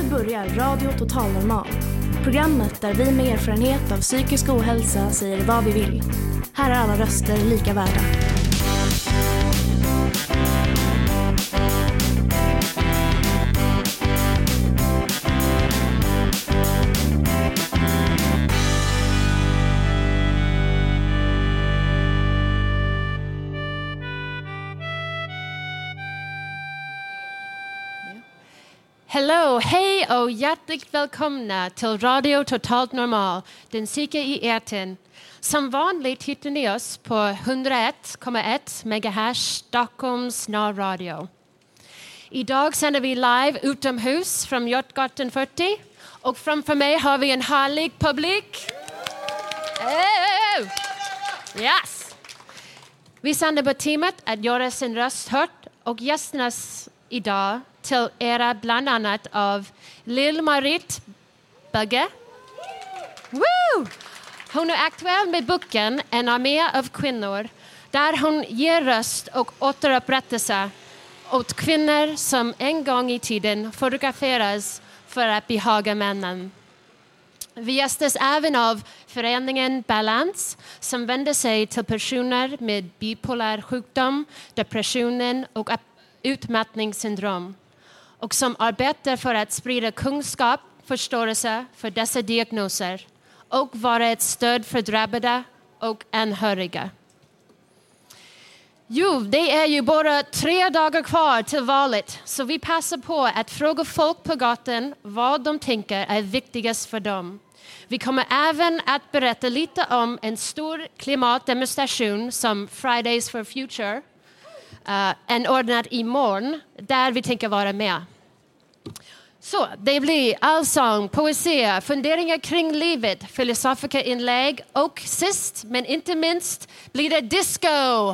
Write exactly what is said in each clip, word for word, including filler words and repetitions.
Nu börjar Radio Total Normal. Programmet där vi med erfarenhet av psykisk ohälsa säger vad vi vill. Här är alla röster lika värda. Hello, hej och hjärtligt välkomna till Radio Totalt Normal, den psyke i etern. Som vanligt hittar ni oss på hundraett komma ett megahertz Stockholms närradio. Idag sänder vi live utomhus från Hjortgatan fyrtio och framför mig har vi en härlig publik. Oh! Yes! Vi sänder på teamet att göra sin röst hört och gästerna idag till era bland annat av Lill-Marit Bugge. Woo! Hon är aktuell med boken En armé av kvinnor där hon ger röst och återupprättelse åt kvinnor som en gång i tiden fotograferas för att behaga männen. Vi gästas även av föreningen Balans som vänder sig till personer med bipolär sjukdom, depressionen och utmattningssyndrom och som arbetar för att sprida kunskap, förståelse för dessa diagnoser och vara ett stöd för drabbade och anhöriga. Jo, det är ju bara tre dagar kvar till valet så vi passar på att fråga folk på gatan vad de tänker är viktigast för dem. Vi kommer även att berätta lite om en stor klimatdemonstration som Fridays for Future uh, anordnat imorgon där vi tänker vara med. Så det blir allsång, poesi, funderingar kring livet, filosofiska inlägg och sist men inte minst blir det disco.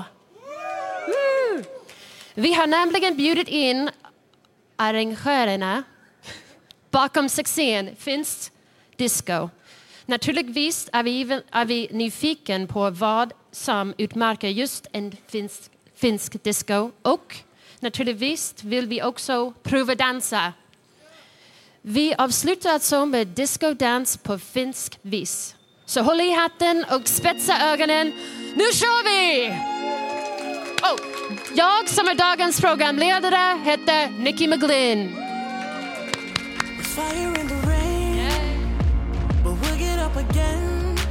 Woo! Vi har nämligen bjudit in arrangörerna bakom succén Finsk disco. Naturligtvis är vi, är vi nyfiken på vad som utmärker just en finsk, finsk disco och naturligtvis vill vi också prova dansa. Vi avslutar alltså med discodans på finsk vis. Så håll i hatten och spetsa ögonen. Nu kör vi! Oh, jag som är dagens programledare heter Nicky McGlynn. Fire in the rain, yeah. But we'll get up again.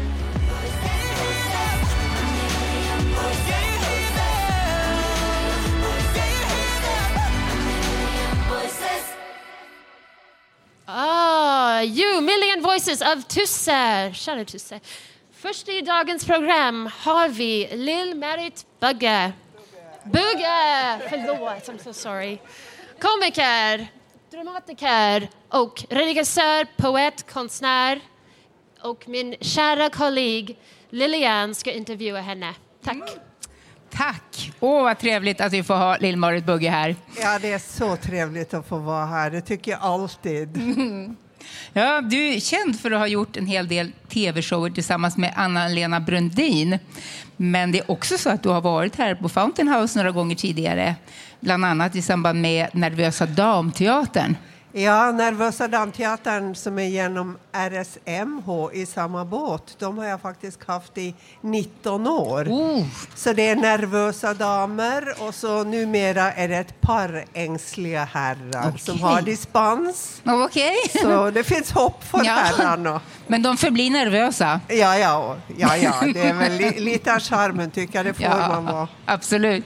Ah, you million voices of Tusse. Kära Tusse. Först i dagens program har vi Lill-Marit Bugge. Bugge! Förlåt, I'm so sorry. Komiker, dramatiker och regissör, poet, konstnär. Och min kära kollega Lilian ska intervjua henne. Tack. Mm. Tack. Åh, vad trevligt att vi får ha Lill-Marit Bugge här. Ja, det är så trevligt att få vara här. Det tycker jag alltid. Mm. Ja, du är känd för att ha gjort en hel del tv-shower tillsammans med Anna-Lena Brundin. Men det är också så att du har varit här på Fountain House några gånger tidigare. Bland annat i samband med Nervösa damteatern. Ja, Nervösa damteatern som är genom R S M H i samma båt. De har jag faktiskt haft i nitton år. Oh. Så det är nervösa damer och så numera är det ett par ängsliga herrar okay. som har dispens. Okej. Okay. Så det finns hopp för ja. herrarna. Men de förblir nervösa. Ja, ja, ja, ja. Det är väl li- lite av charmen tycker jag, det får ja, man vara. Absolut.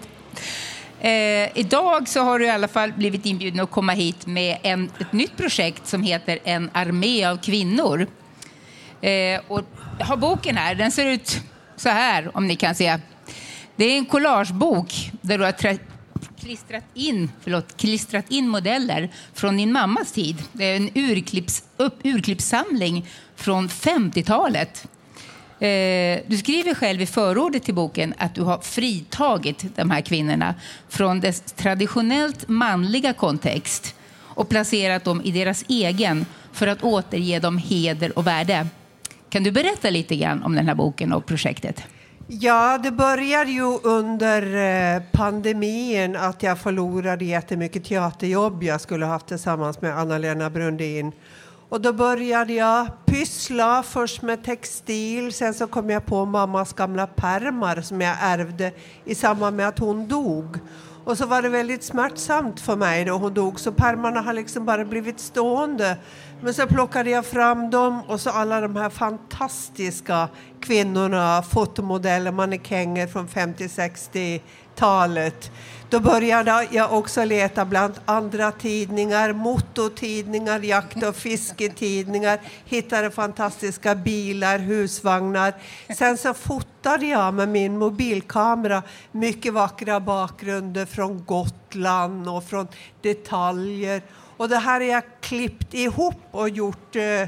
Eh, idag så har du i alla fall blivit inbjuden att komma hit med en, ett nytt projekt som heter En armé av kvinnor. Eh, och jag har boken här, den ser ut så här om ni kan se. Det är en collagebok där du har tra- klistrat, in, förlåt, klistrat in modeller från din mammas tid. Det är en urklipps, upp, urklippssamling från femtiotalet. Du skriver själv i förordet till boken att du har fritagit de här kvinnorna från dess traditionellt manliga kontext och placerat dem i deras egen för att återge dem heder och värde. Kan du berätta lite grann om den här boken och projektet? Ja, det började ju under pandemin att jag förlorade jättemycket teaterjobb jag skulle haft tillsammans med Anna-Lena Brundin. Och då började jag pyssla först med textil, sen så kom jag på mammas gamla pärmar som jag ärvde i samband med att hon dog. Och så var det väldigt smärtsamt för mig då hon dog, så pärmarna har liksom bara blivit stående. Men så plockade jag fram dem och så alla de här fantastiska kvinnorna, fotomodeller, mannekänger från femtio-sextio-talet. Då började jag också leta bland andra tidningar, mototidningar, jakt- och fisketidningar, hittade fantastiska bilar, husvagnar. Sen så fotade jag med min mobilkamera mycket vackra bakgrunder från Gotland och från detaljer. Och det här har jag klippt ihop och gjort eh,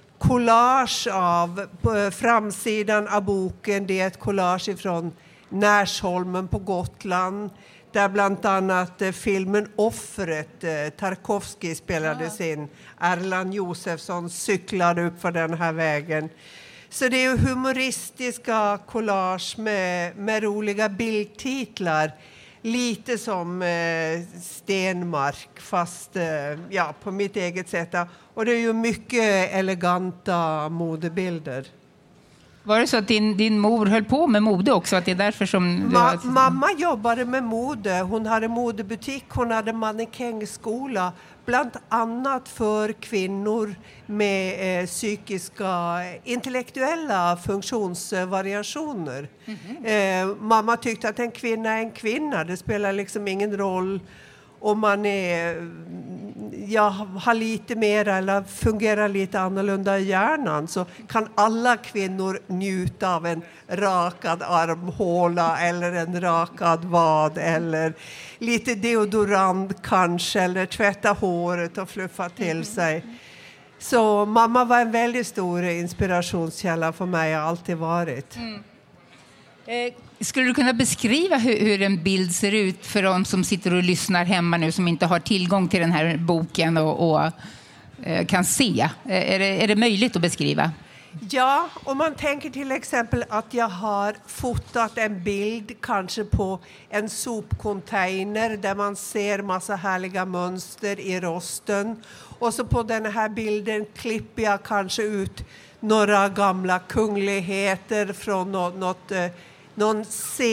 collage av. På framsidan av boken, det är ett collage från Närsholmen på Gotland. Där bland annat eh, filmen Offret, eh, Tarkovsky spelades in. Erland Josefsson cyklade upp för den här vägen. Så det är ju humoristiska collage med, med roliga bildtitlar. Lite som eh, Stenmark, fast eh, ja, på mitt eget sätt. Och det är ju mycket eleganta modebilder. Var det så att din, din mor höll på med mode också? Att det är därför som du Ma- har... Mamma jobbade med mode. Hon hade modebutik, hon hade mannekängskola. Bland annat för kvinnor med eh, psykiska, intellektuella funktionsvariationer. Mm-hmm. Eh, mamma tyckte att en kvinna är en kvinna. Det spelar liksom ingen roll om man är, jag har lite mer eller fungerar lite annorlunda i hjärnan, så kan alla kvinnor njuta av en rakad armhåla eller en rakad vad eller lite deodorant kanske, eller tvätta håret och fluffa till mm. sig. Så mamma var en väldigt stor inspirationskälla för mig, har alltid varit. Mm. Eh, skulle du kunna beskriva hur, hur en bild ser ut för de som sitter och lyssnar hemma nu, som inte har tillgång till den här boken och, och eh, kan se? Eh, är, det, är det möjligt att beskriva? Ja, om man tänker till exempel att jag har fotat en bild kanske på en sopcontainer där man ser massa härliga mönster i rosten. Och så på den här bilden klipper jag kanske ut några gamla kungligheter från något, något eh, någon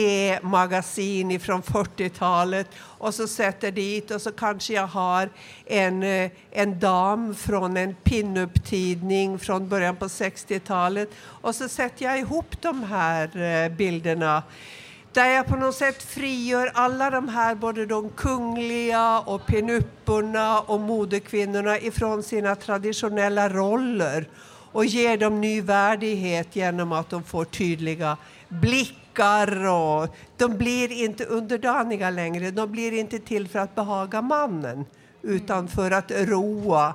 C-magasin från fyrtiotalet och så sätter dit, och så kanske jag har en, en dam från en pin-up-tidning från början på sextiotalet, och så sätter jag ihop de här bilderna där jag på något sätt frigör alla de här, både de kungliga och pinupporna och modekvinnorna ifrån sina traditionella roller och ger dem ny värdighet genom att de får tydliga blickar, och de blir inte underdaniga längre. De blir inte till för att behaga mannen utan för att roa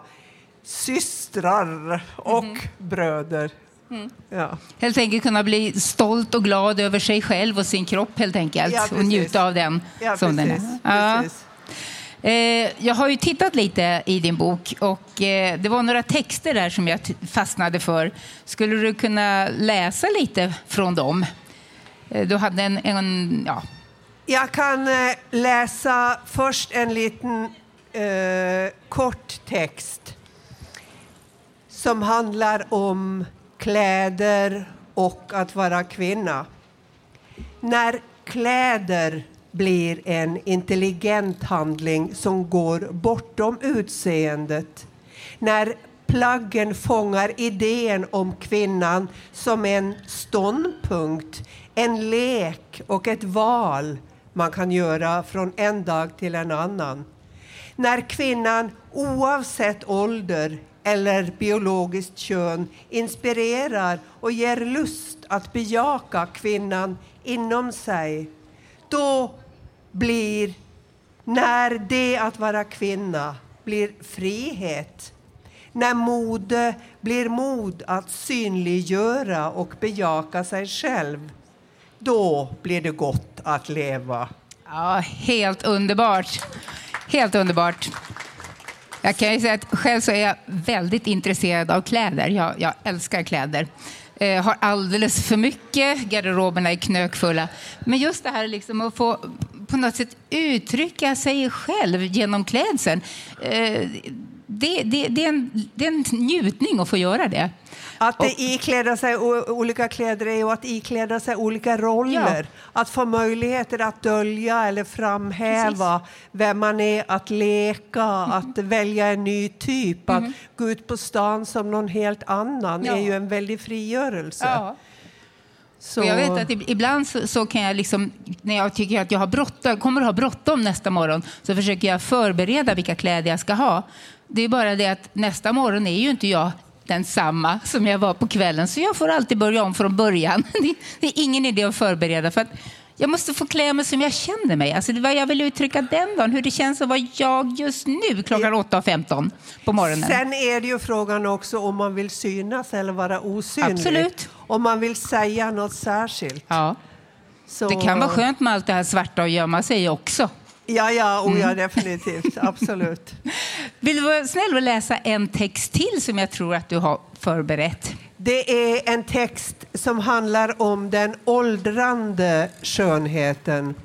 systrar och mm. bröder. Mm. Ja. Helt enkelt kunna bli stolt och glad över sig själv och sin kropp helt enkelt, ja, och njuta av den. Ja, som precis. Den är. Ja. Precis. Jag har ju tittat lite i din bok och det var några texter där som jag fastnade för. Skulle du kunna läsa lite från dem? Du hade en, en ja. Jag kan läsa först en liten eh, kort text som handlar om kläder och att vara kvinna. När kläder blir en intelligent handling som går bortom utseendet. När plaggen fångar idén om kvinnan som en ståndpunkt, en lek och ett val man kan göra från en dag till en annan. När kvinnan oavsett ålder eller biologiskt kön inspirerar och ger lust att bejaka kvinnan inom sig, då blir, när det att vara kvinna blir frihet, när mode blir mod att synliggöra och bejaka sig själv, då blir det gott att leva. Ja, helt underbart. Helt underbart. Jag kan ju säga att själv så är jag väldigt intresserad av kläder. Jag, jag älskar kläder. eh, har alldeles för mycket, garderoberna är knökfulla. Men just det här liksom att få på något sätt uttrycka sig själv genom klädseln, eh, det, det, det, är en, det är en njutning att få göra det. Att det ikläda sig olika kläder är ju att ikläda sig olika roller. Ja. Att få möjligheter att dölja eller framhäva Precis. Vem man är, att leka, mm. att välja en ny typ. Mm. Att gå ut på stan som någon helt annan ja. Är ju en väldig frigörelse. Ja. Så. Jag vet att ibland så, så kan jag liksom, när jag tycker att jag har bråttom, kommer att ha bråttom nästa morgon, så försöker jag förbereda vilka kläder jag ska ha. Det är bara det att nästa morgon är ju inte jag den samma som jag var på kvällen, så jag får alltid börja om från början. Det, det är ingen idé att förbereda, för att jag måste få klä mig som jag känner mig. Alltså det var jag vill uttrycka den dagen, hur det känns att vara jag just nu klockan åtta och femton på morgonen. Sen är det ju frågan också om man vill synas eller vara osynlig. Absolut. Om man vill säga något särskilt. Ja. Så... Det kan vara skönt med allt det här svarta och gömma sig också. Ja, ja, oh, ja, definitivt. Absolut. Vill du vara snäll och läsa en text till som jag tror att du har förberett? Det är en text som handlar om den åldrande skönheten.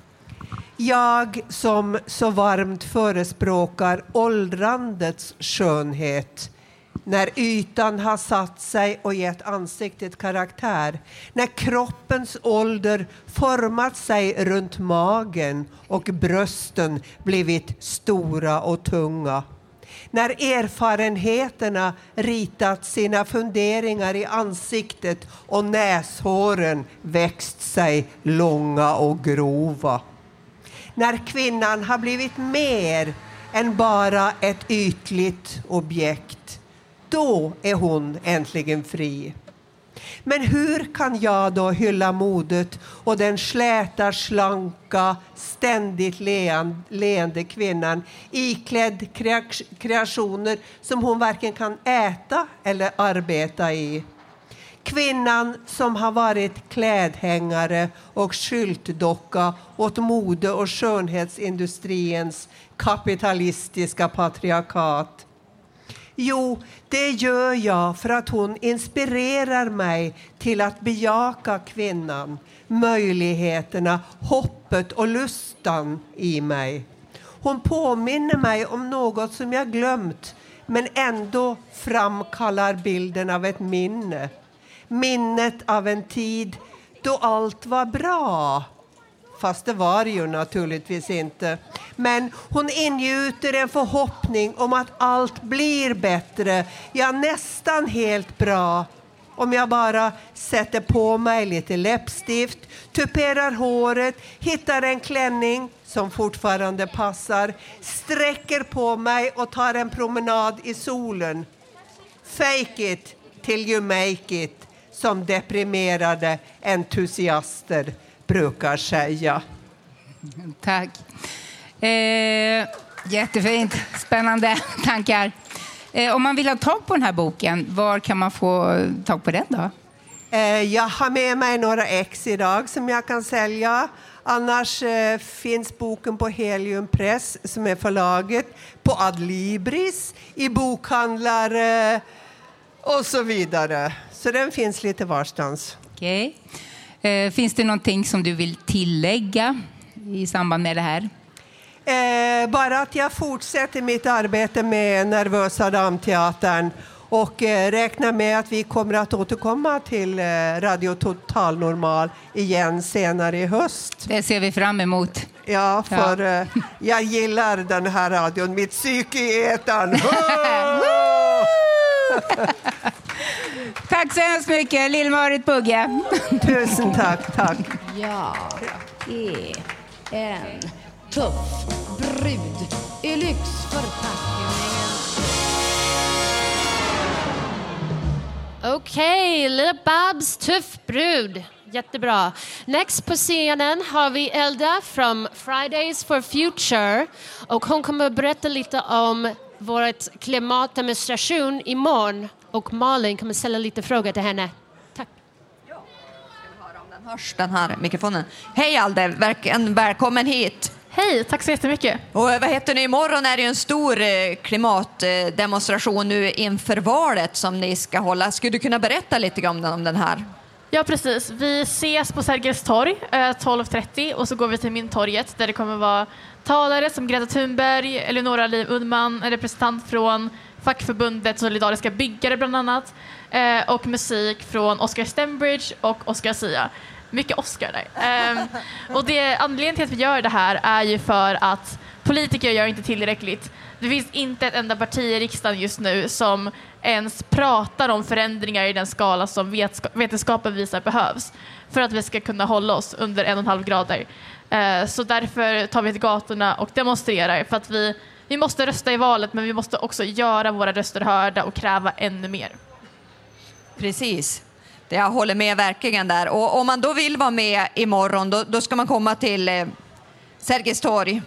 Jag som så varmt förespråkar åldrandets skönhet, när ytan har satt sig och gett ansiktet karaktär, när kroppens ålder format sig runt magen och brösten blivit stora och tunga, när erfarenheterna ritat sina funderingar i ansiktet och näshåren växt sig långa och grova, när kvinnan har blivit mer än bara ett ytligt objekt, då är hon äntligen fri. Men hur kan jag då hylla modet och den släta, slanka, ständigt leende kvinnan iklädd kreationer som hon varken kan äta eller arbeta i? Kvinnan som har varit klädhängare och skyltdocka åt mode- och skönhetsindustriens kapitalistiska patriarkat. Jo, det gör jag för att hon inspirerar mig till att bejaka kvinnan, möjligheterna, hoppet och lustan i mig. Hon påminner mig om något som jag glömt, men ändå framkallar bilden av ett minne. Minnet av en tid då allt var bra. Fast det var ju naturligtvis inte. Men hon ingjuter en förhoppning om att allt blir bättre. Ja, nästan helt bra. Om jag bara sätter på mig lite läppstift, tuperar håret, hittar en klänning som fortfarande passar, sträcker på mig och tar en promenad i solen. Fake it till you make it, som deprimerade entusiaster brukar säga. Tack. Eh, jättefint. Spännande tankar. Eh, om man vill ha tag på den här boken, var kan man få tag på den då? Eh, jag har med mig några ex idag som jag kan sälja. Annars eh, finns boken på Helium Press, som är förlaget, på Adlibris, i bokhandlare eh, och så vidare. Så den finns lite varstans. Okej. Eh, finns det någonting som du vill tillägga i samband med det här? Eh, bara att jag fortsätter mitt arbete med Nervösa Damteatern och eh, räknar med att vi kommer att återkomma till eh, Radio Total Normal igen senare i höst. Det ser vi fram emot. Ja, för ja. Eh, jag gillar den här radion. Mitt psyke i etern. Tack så hemskt mycket, Lill-Marit Pugge. Tusen tack, tack. Jag är en tuff brud i lyxförpackningen. Okej, okay, Little Babs tuff brud. Jättebra. Next på scenen har vi Elda från Fridays for Future. Och hon kommer att berätta lite om vårt klimatdemonstration imorgon. Och Malin kommer ställa lite frågor till henne. Tack. Ja, jag vill höra om den hörs, den här mikrofonen. Hej Alde, verkligen välkommen hit. Hej, tack så jättemycket. Och vad heter ni, imorgon är det ju en stor eh, klimatdemonstration nu inför valet som ni ska hålla. Skulle du kunna berätta lite om den, om den här? Ja, precis. Vi ses på Sergels torg eh, tolv trettio och så går vi till Mynttorget där det kommer vara talare som Greta Thunberg, Eleonora Liv Ullman, en representant från fackförbundet Solidariska byggare bland annat, eh, och musik från Oscar Stembridge och Oscar Sia. Mycket Oscar där. Um, och det, anledningen till att vi gör det här är ju för att politiker gör inte tillräckligt. Det finns inte ett enda parti i riksdagen just nu som ens pratar om förändringar i den skala som vetenskapen visar behövs för att vi ska kunna hålla oss under en och en halv grader. Uh, så därför tar vi till gatorna och demonstrerar för att vi, vi måste rösta i valet, men vi måste också göra våra röster hörda och kräva ännu mer. Precis. Jag håller med verkligen där. Och om man då vill vara med imorgon, då, då ska man komma till eh, Sergels torg.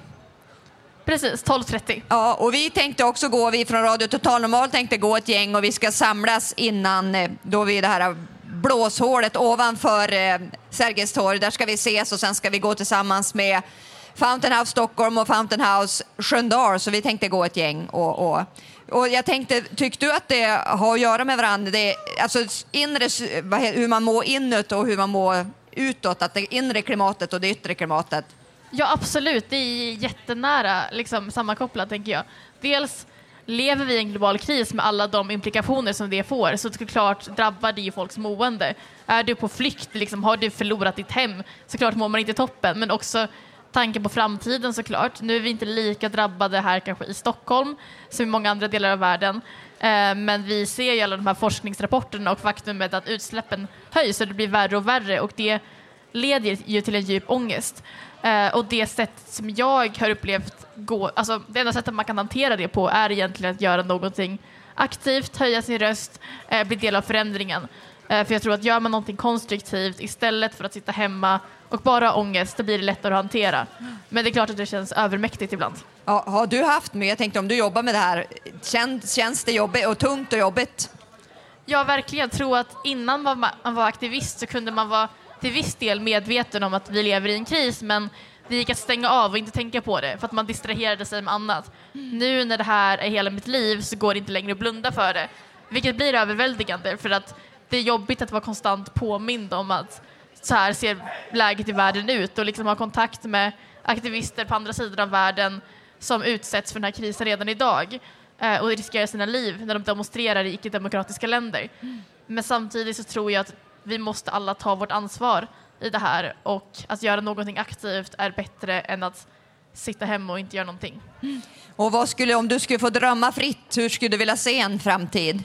Precis, tolv trettio. Ja, och vi tänkte också gå, vi från Radio Total Normal tänkte gå ett gäng och vi ska samlas innan eh, då vi det här blåshålet ovanför eh, Sergels torg. Där ska vi ses och sen ska vi gå tillsammans med Fountain House Stockholm och Fountain House Sköndal. Så vi tänkte gå ett gäng och... och Och jag tänkte, tyckte du att det har att göra med varandra? Det, alltså inre, hur man mår inåt och hur man mår utåt, att det inre klimatet och det yttre klimatet? Ja, absolut. Det är jättenära liksom, sammankopplat, tänker jag. Dels lever vi i en global kris med alla de implikationer som det får, så såklart drabbar det ju folks mående. Är du på flykt, liksom, har du förlorat ditt hem, såklart mår man inte toppen, men också tanken på framtiden såklart. Nu är vi inte lika drabbade här kanske i Stockholm som i många andra delar av världen. Eh, men vi ser ju alla de här forskningsrapporterna och faktumet att utsläppen höjs och det blir värre och värre, och det leder ju till en djup ångest. Eh, och det sätt som jag har upplevt gå, alltså det enda sättet man kan hantera det på är egentligen att göra någonting aktivt, höja sin röst, eh, bli del av förändringen. Eh, för jag tror att gör man någonting konstruktivt istället för att sitta hemma och bara ha ångest, då blir det lättare att hantera. Men det är klart att det känns övermäktigt ibland. Ja, har du haft med, jag tänkte om du jobbar med det här, känns, känns det jobbigt och tungt och jobbigt? Jag verkligen tror att innan man var aktivist så kunde man vara till viss del medveten om att vi lever i en kris, men det gick att stänga av och inte tänka på det för att man distraherade sig med annat. Mm. Nu när det här är hela mitt liv så går det inte längre att blunda för det, vilket blir överväldigande för att det är jobbigt att vara konstant påmind om att så här ser läget i världen ut och liksom ha kontakt med aktivister på andra sidor av världen som utsätts för den här krisen redan idag eh, och riskerar sina liv när de demonstrerar i icke-demokratiska länder. Mm. Men samtidigt så tror jag att vi måste alla ta vårt ansvar i det här, och att göra någonting aktivt är bättre än att sitta hemma och inte göra någonting. Mm. Och vad skulle, om du skulle få drömma fritt, hur skulle du vilja se en framtid?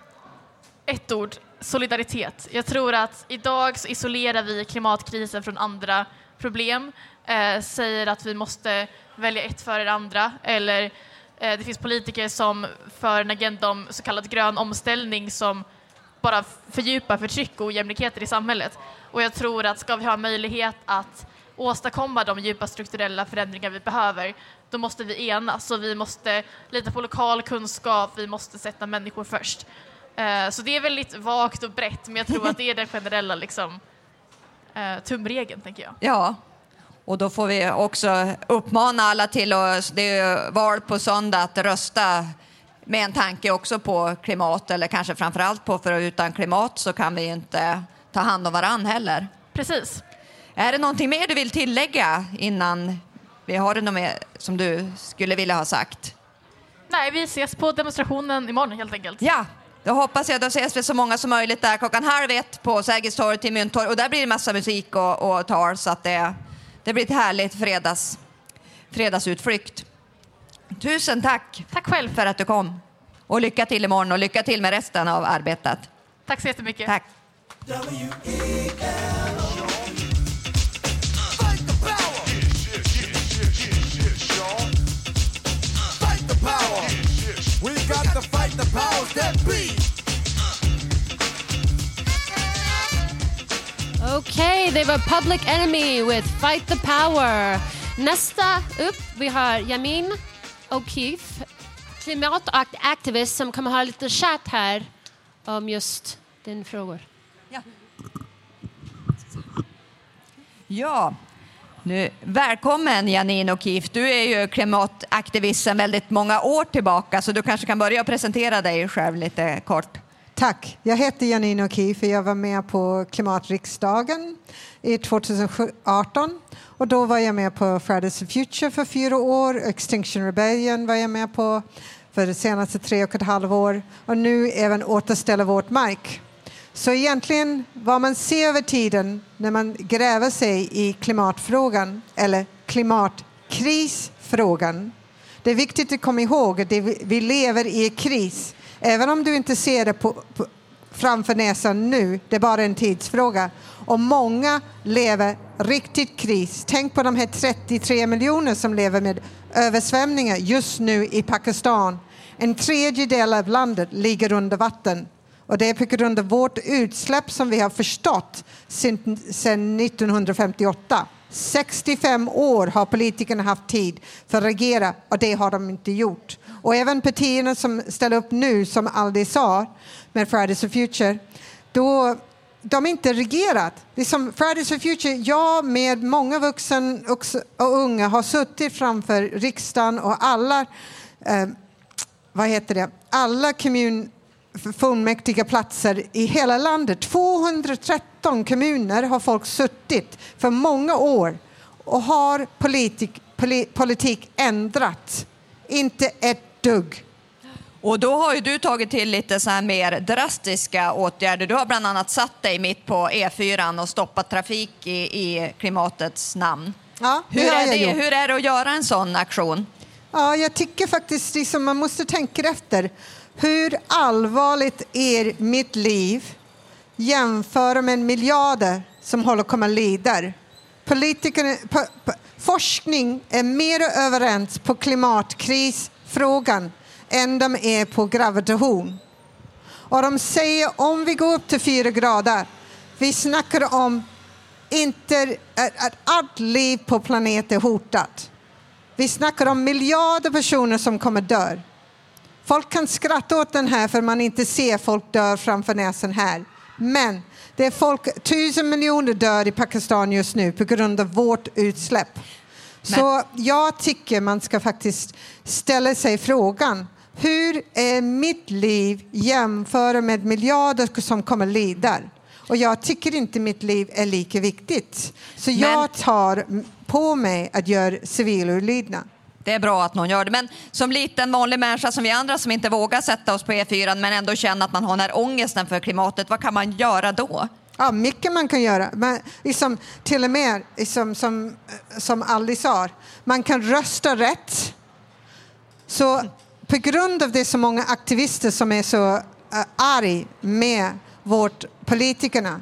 Ett ord, solidaritet. Jag tror att idag så isolerar vi klimatkrisen från andra problem, eh, säger att vi måste välja ett före det andra, eller eh, det finns politiker som för en agenda om så kallad grön omställning som bara fördjupar förtryck och ojämlikheter i samhället. Och jag tror att ska vi ha möjlighet att åstadkomma de djupa strukturella förändringar vi behöver, då måste vi enas, och vi måste lita på lokal kunskap, vi måste sätta människor först. Så det är väldigt vagt och brett, men jag tror att det är den generella liksom, tumregeln, tänker jag. Ja, och då får vi också uppmana alla till att, det är val på söndag, att rösta med en tanke också på klimat, eller kanske framförallt på, för utan klimat så kan vi inte ta hand om varann heller. Precis. Är det någonting mer du vill tillägga innan vi har det något mer som du skulle vilja ha sagt? Nej, vi ses på demonstrationen imorgon helt enkelt. Ja. Då hoppas jag, då ses vi så många som möjligt där klockan halv ett på Sergels torg till Mynttorg. Och där blir det massa musik och, och tal, så att det, det blir ett härligt fredags, fredagsutflykt. Tusen tack, tack själv för att du kom. Och lycka till imorgon och lycka till med resten av arbetet. Tack så jättemycket. Tack. We got to fight the powers that be. Okej, det var Public Enemy with Fight the Power. Nästa upp, vi har Yamin O'Keefe, klimataktivist, som kommer ha lite chatt här om just din frågor. Ja. Ja. Nu, välkommen Janine O'Keefe. Du är ju klimataktivist sedan väldigt många år tillbaka, så du kanske kan börja presentera dig själv lite kort. Tack. Jag heter Janine O'Keefe. Jag var med på klimatriksdagen i tjugoarton. Och då var jag med på Fridays for Future för fyra år. Extinction Rebellion var jag med på för de senaste tre och ett halvt år. Och nu även återställa vårt mark. Så egentligen vad man ser över tiden när man gräver sig i klimatfrågan eller klimatkrisfrågan. Det är viktigt att komma ihåg att vi lever i kris. Även om du inte ser det på, på, framför näsan nu, det är bara en tidsfråga. Och många lever riktigt kris. Tänk på de här trettiotre miljoner som lever med översvämningar just nu i Pakistan. En tredjedel av landet ligger under vatten. Och det är på grund av vårt utsläpp som vi har förstått sedan nittonhundrafemtioåtta. sextiofem år har politikerna haft tid för att regera och det har de inte gjort. Och även partierna som ställer upp nu, som Aldi sa, med Fridays for Future, då de har inte regerat. Det är som Fridays for Future, jag med många vuxna och unga har suttit framför riksdagen och alla, eh, vad heter det, alla kommun fullmäktiga platser i hela landet. tvåhundratretton kommuner har folk suttit för många år och har politik, politik ändrat. Inte ett dugg. Och då har ju du tagit till lite så här mer drastiska åtgärder. Du har bland annat satt dig mitt på E fyra och stoppat trafik i, i klimatets namn. Ja, hur, är det, hur är det att göra en sån aktion? Ja, jag tycker faktiskt liksom man måste tänka efter. Hur allvarligt är mitt liv jämfört med miljarder som håller på att lida? Politikerna, po, po, forskning är mer överens på klimatkrisfrågan än de är på gravitation. Och de säger om vi går upp till fyra grader, vi snackar om inte att, att allt liv på planeten är hotat. Vi snackar om miljarder personer som kommer dö. Folk kan skratta åt den här för man inte ser folk dö framför näsan här. Men det är folk, tusen miljoner dör i Pakistan just nu på grund av vårt utsläpp. Men. Så jag tycker man ska faktiskt ställa sig frågan. Hur är mitt liv jämfört med miljarder som kommer lida? Och jag tycker inte mitt liv är lika viktigt. Så Men. jag tar på mig att göra civil olydnad. Det är bra att någon gör det. Men som liten vanlig människa som vi andra som inte vågar sätta oss på E fyra men ändå känner att man har den här ångesten för klimatet, vad kan man göra då? Ja, mycket man kan göra. Men liksom, till och med liksom, som, som Aldi sa, man kan rösta rätt. Så på grund av det så många aktivister som är så uh, arg med vårt politikerna,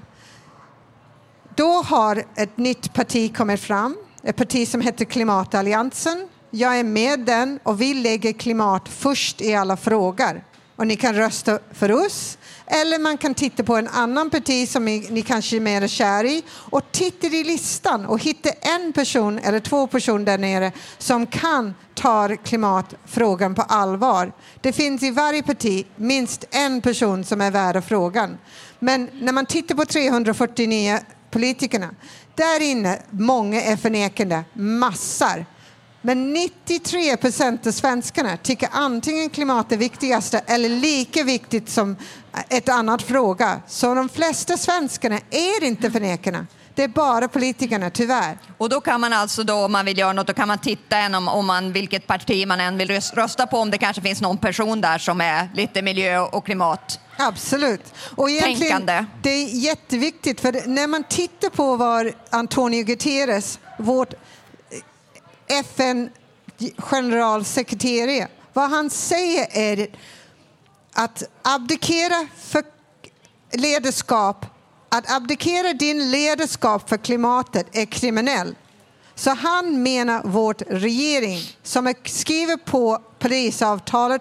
då har ett nytt parti kommit fram. Ett parti som heter Klimatalliansen. Jag är med den och vi lägger klimat först i alla frågor. Och ni kan rösta för oss. Eller man kan titta på en annan parti som ni kanske är mer kär i. Och titta i listan och hitta en person eller två personer där nere som kan ta klimatfrågan på allvar. Det finns i varje parti minst en person som är värd frågan. Men när man tittar på trehundrafyrtionio politikerna, där inne många är förnekande, massor. Men nittiotre procent av svenskarna tycker antingen klimat är viktigaste eller lika viktigt som ett annat fråga. Så de flesta svenskarna är inte förnekarna. Det är bara politikerna, tyvärr. Och då kan man alltså då, om man vill göra något, då kan man titta än om, om man, vilket parti man än vill rösta på, om det kanske finns någon person där som är lite miljö och klimat. Absolut. Och egentligen, det är jätteviktigt, för när man tittar på vad Antonio Guterres, vårt F N-generalsekreterare, vad han säger är att abdikera för ledarskap, att abdikera din ledarskap för klimatet är kriminell. Så han menar vårt regering som är skriver på Parisavtalet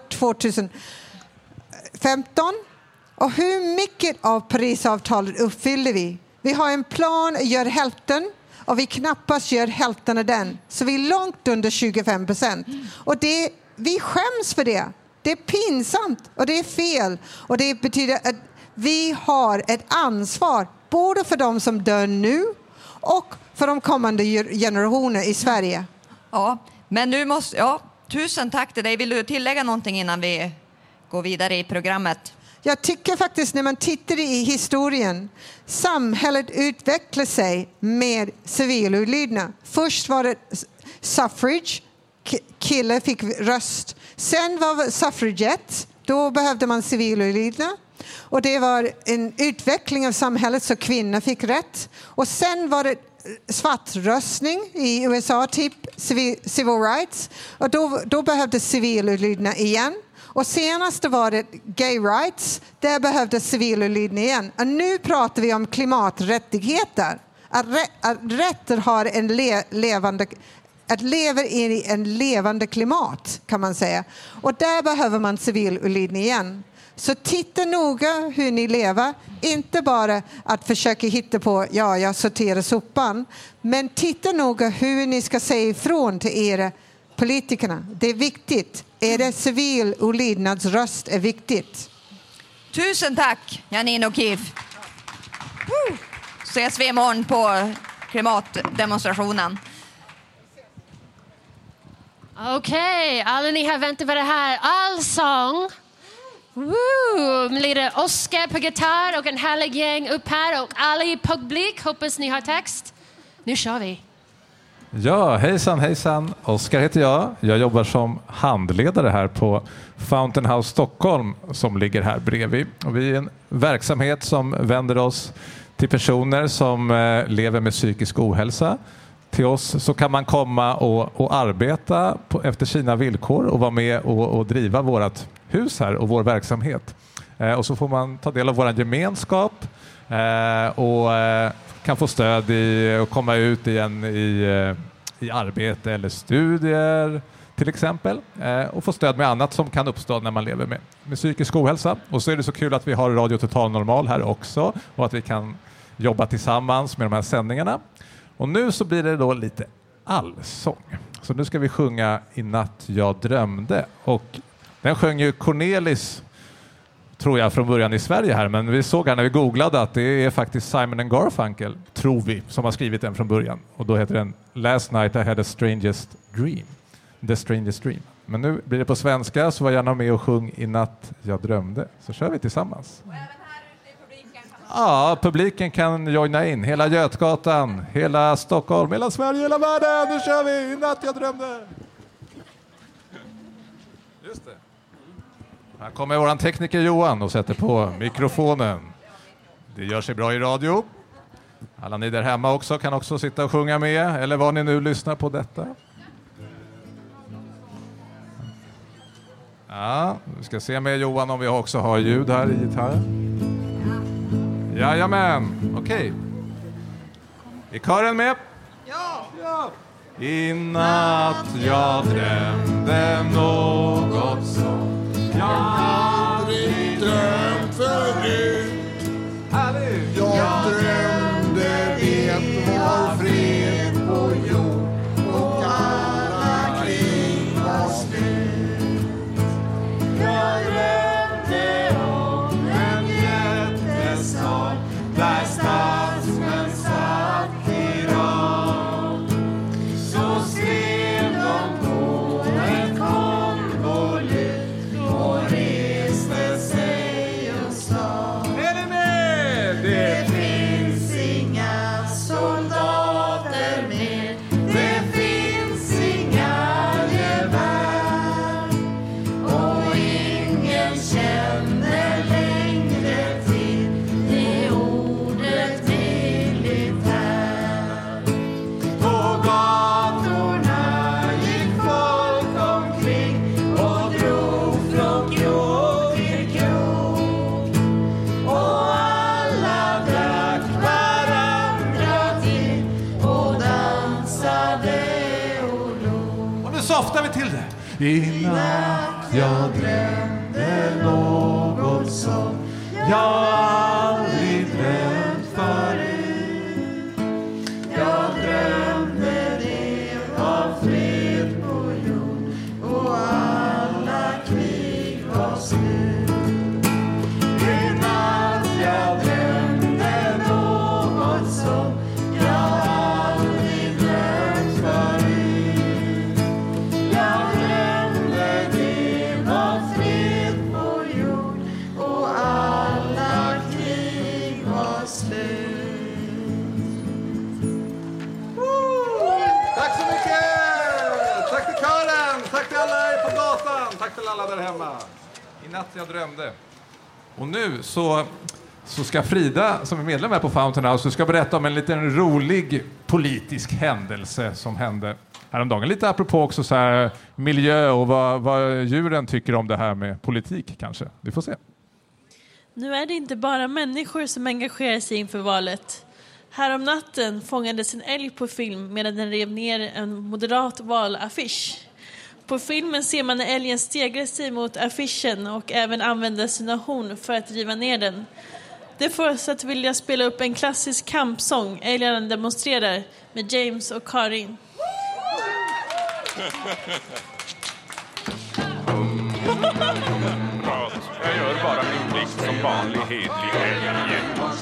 tjugohundrafemton. Och hur mycket av Parisavtalet uppfyller vi? Vi har en plan att göra hälften och vi knappast gör hälften av den. Så vi är långt under tjugofem procent. Och det, vi skäms för det. Det är pinsamt och det är fel. Och det betyder att vi har ett ansvar både för de som dör nu och för de kommande generationer i Sverige. Ja, men nu måste... Ja, tusen tack till dig. Vill du tillägga någonting innan vi går vidare i programmet? Jag tycker faktiskt när man tittar i historien, samhället utvecklar sig med civil olydnad. Först var det suffrage, killar fick röst. Sen var det suffragette, då behövde man civil olydnad. Och det var en utveckling av samhället så kvinnor fick rätt. Och sen var det svartröstning i U S A, typ civil rights. Och då, då behövde civil olydnad igen. Och senast var det gay rights, där behövde civil olydnad igen. Och nu pratar vi om klimaträttigheter. Att, rä, att rätter har en le, levande... Att leva i en levande klimat kan man säga. Och där behöver man civil olydnad igen. Så titta noga hur ni lever. Inte bara att försöka hitta på, ja, jag sorterar sopan. Men titta noga hur ni ska säga ifrån till era politikerna. Det är viktigt. Är det civil olydnadsröst är viktigt. Tusen tack, Janine och Kif. Woo! Ses vi imorgon på klimatdemonstrationen. Okej, okay, alla ni har väntat på det här. Allsång. Woo! Lite Oscar på gitarr och en härlig gäng upp här. Och alla i publik, hoppas ni har text. Nu kör vi. Ja, hejsan, hejsan. Oskar heter jag. Jag jobbar som handledare här på Fountain House Stockholm som ligger här bredvid. Och vi är en verksamhet som vänder oss till personer som eh, lever med psykisk ohälsa. Till oss så kan man komma och, och arbeta på, efter sina villkor och vara med och, och driva vårt hus här och vår verksamhet. Eh, och så får man ta del av vår gemenskap eh, och eh, kan få stöd i att komma ut igen i, i arbete eller studier till exempel. Eh, och få stöd med annat som kan uppstå när man lever med, med psykisk ohälsa. Och så är det så kul att vi har Radio Total Normal här också och att vi kan jobba tillsammans med de här sändningarna. Och nu så blir det då lite allsång. Så nu ska vi sjunga I natt jag drömde. Och den sjöng ju Cornelis, tror jag, från början i Sverige här. Men vi såg här när vi googlade att det är faktiskt Simon and Garfunkel, tror vi, som har skrivit den från början. Och då heter den Last night I had a strangest dream. The strangest dream. Men nu blir det på svenska, så var gärna med och sjung I natt jag drömde. Så kör vi tillsammans. Ja, publiken kan joina in. Hela Götgatan, hela Stockholm, hela Sverige, hela världen. Nu kör vi I natt jag drömde. Just det. Här kommer våran tekniker Johan och sätter på mikrofonen. Det gör sig bra i radio. Alla ni där hemma också kan också sitta och sjunga med. Eller vad ni nu lyssnar på detta. Ja, vi ska se med Johan om vi också har ljud här i gitarren. Jajamän, okej. Okay. Är kören med? Ja! Ja! I natt jag drömde något som jag aldrig drömt förut. Härligt! Jag drömde det var fred på jord och alla kring var slut. Jag drömde om en jättestad där stadsmän satt i rad. Så skrev de på en konvolut och reste sig och sa: Är ni med? Det finns inga soldater mer, det finns inga gevär, och ingen känner längre till det ordet militär. På gatorna gick folk omkring och drog från krog till krog, och alla drack varandra till och dansade och log. Och nu softar vi till det. I natt jag drömde något som jag aldrig drömt förut. Jag drömde det var fred på jord och alla krig var slut. I natt jag drömde något som jag aldrig natt jag drömde. Och nu så, så ska Frida, som är medlem här på Fountain House, ska berätta om en liten rolig politisk händelse som hände häromdagen. Lite apropå också så här miljö och vad, vad djuren tycker om det här med politik kanske. Vi får se. Nu är det inte bara människor som engagerar sig inför valet. Här om natten fångades en älg på film medan den rev ner en moderat valaffisch. På filmen ser man när älgen stegrar sig mot affischen och även använder sina horn för att riva ner den. Det får oss att vilja spela upp en klassisk kampsång, Älgarna demonstrerar, med James och Karin. Jag gör bara min plikt som vanlig hedlig älg.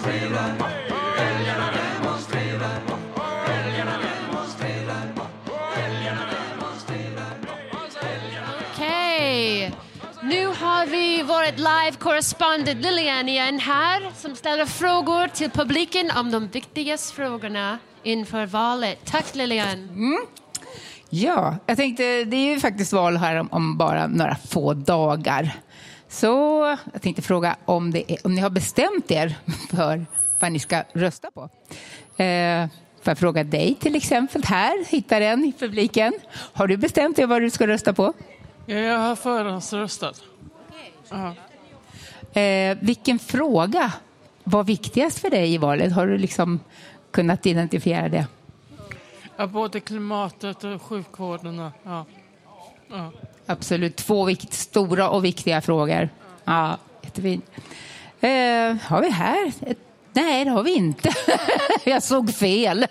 Okej, nu har vi vårt live correspondent Lilian igen här som ställer frågor till publiken om de viktigaste frågorna inför valet. Tack Lilian. Mm. Ja, jag tänkte, det är ju faktiskt val här om, om bara några få dagar. Så jag tänkte fråga om, det är, om ni har bestämt er för vad ni ska rösta på. Eh, får jag fråga dig till exempel här, hittar en i publiken. Har du bestämt dig vad du ska rösta på? Ja, jag har förhandsröstat. Okay. Eh, vilken fråga var viktigast för dig i valet? Har du liksom kunnat identifiera det? Ja, både klimatet och sjukvården. Ja. Ja. Absolut, två vikt, stora och viktiga frågor. Ja, jättefint. Eh, har vi här? Ett, nej, det har vi inte. Jag såg fel.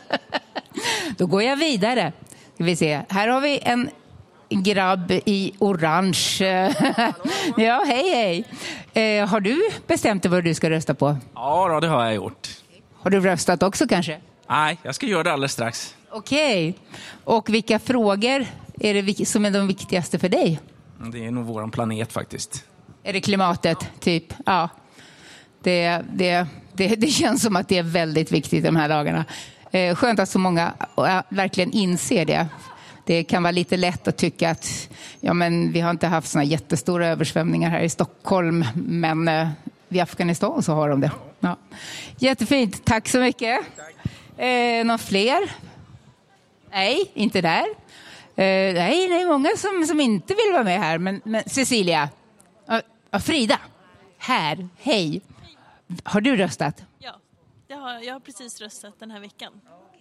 Då går jag vidare. Ska vi se. Här har vi en grabb i orange. Ja, hej hej. Eh, har du bestämt dig vad du ska rösta på? Ja, det har jag gjort. Har du röstat också kanske? Nej, jag ska göra det alldeles strax. Okej. Och vilka frågor är det som är de viktigaste för dig? Det är nog våran planet faktiskt. Är det klimatet, typ? Ja. Det, det, det, det känns som att det är väldigt viktigt de här dagarna. Eh, skönt att så många äh, verkligen inser det. Det kan vara lite lätt att tycka att ja, men vi har inte haft såna jättestora översvämningar här i Stockholm, men eh, i Afghanistan så har de det. Ja. Jättefint, tack så mycket. Eh, någon fler? Nej, inte där. Eh, nej, det är många som, som inte vill vara med här. Men, men Cecilia, uh, Frida, här, hej. Har du röstat? Ja, jag har, jag har precis röstat den här veckan.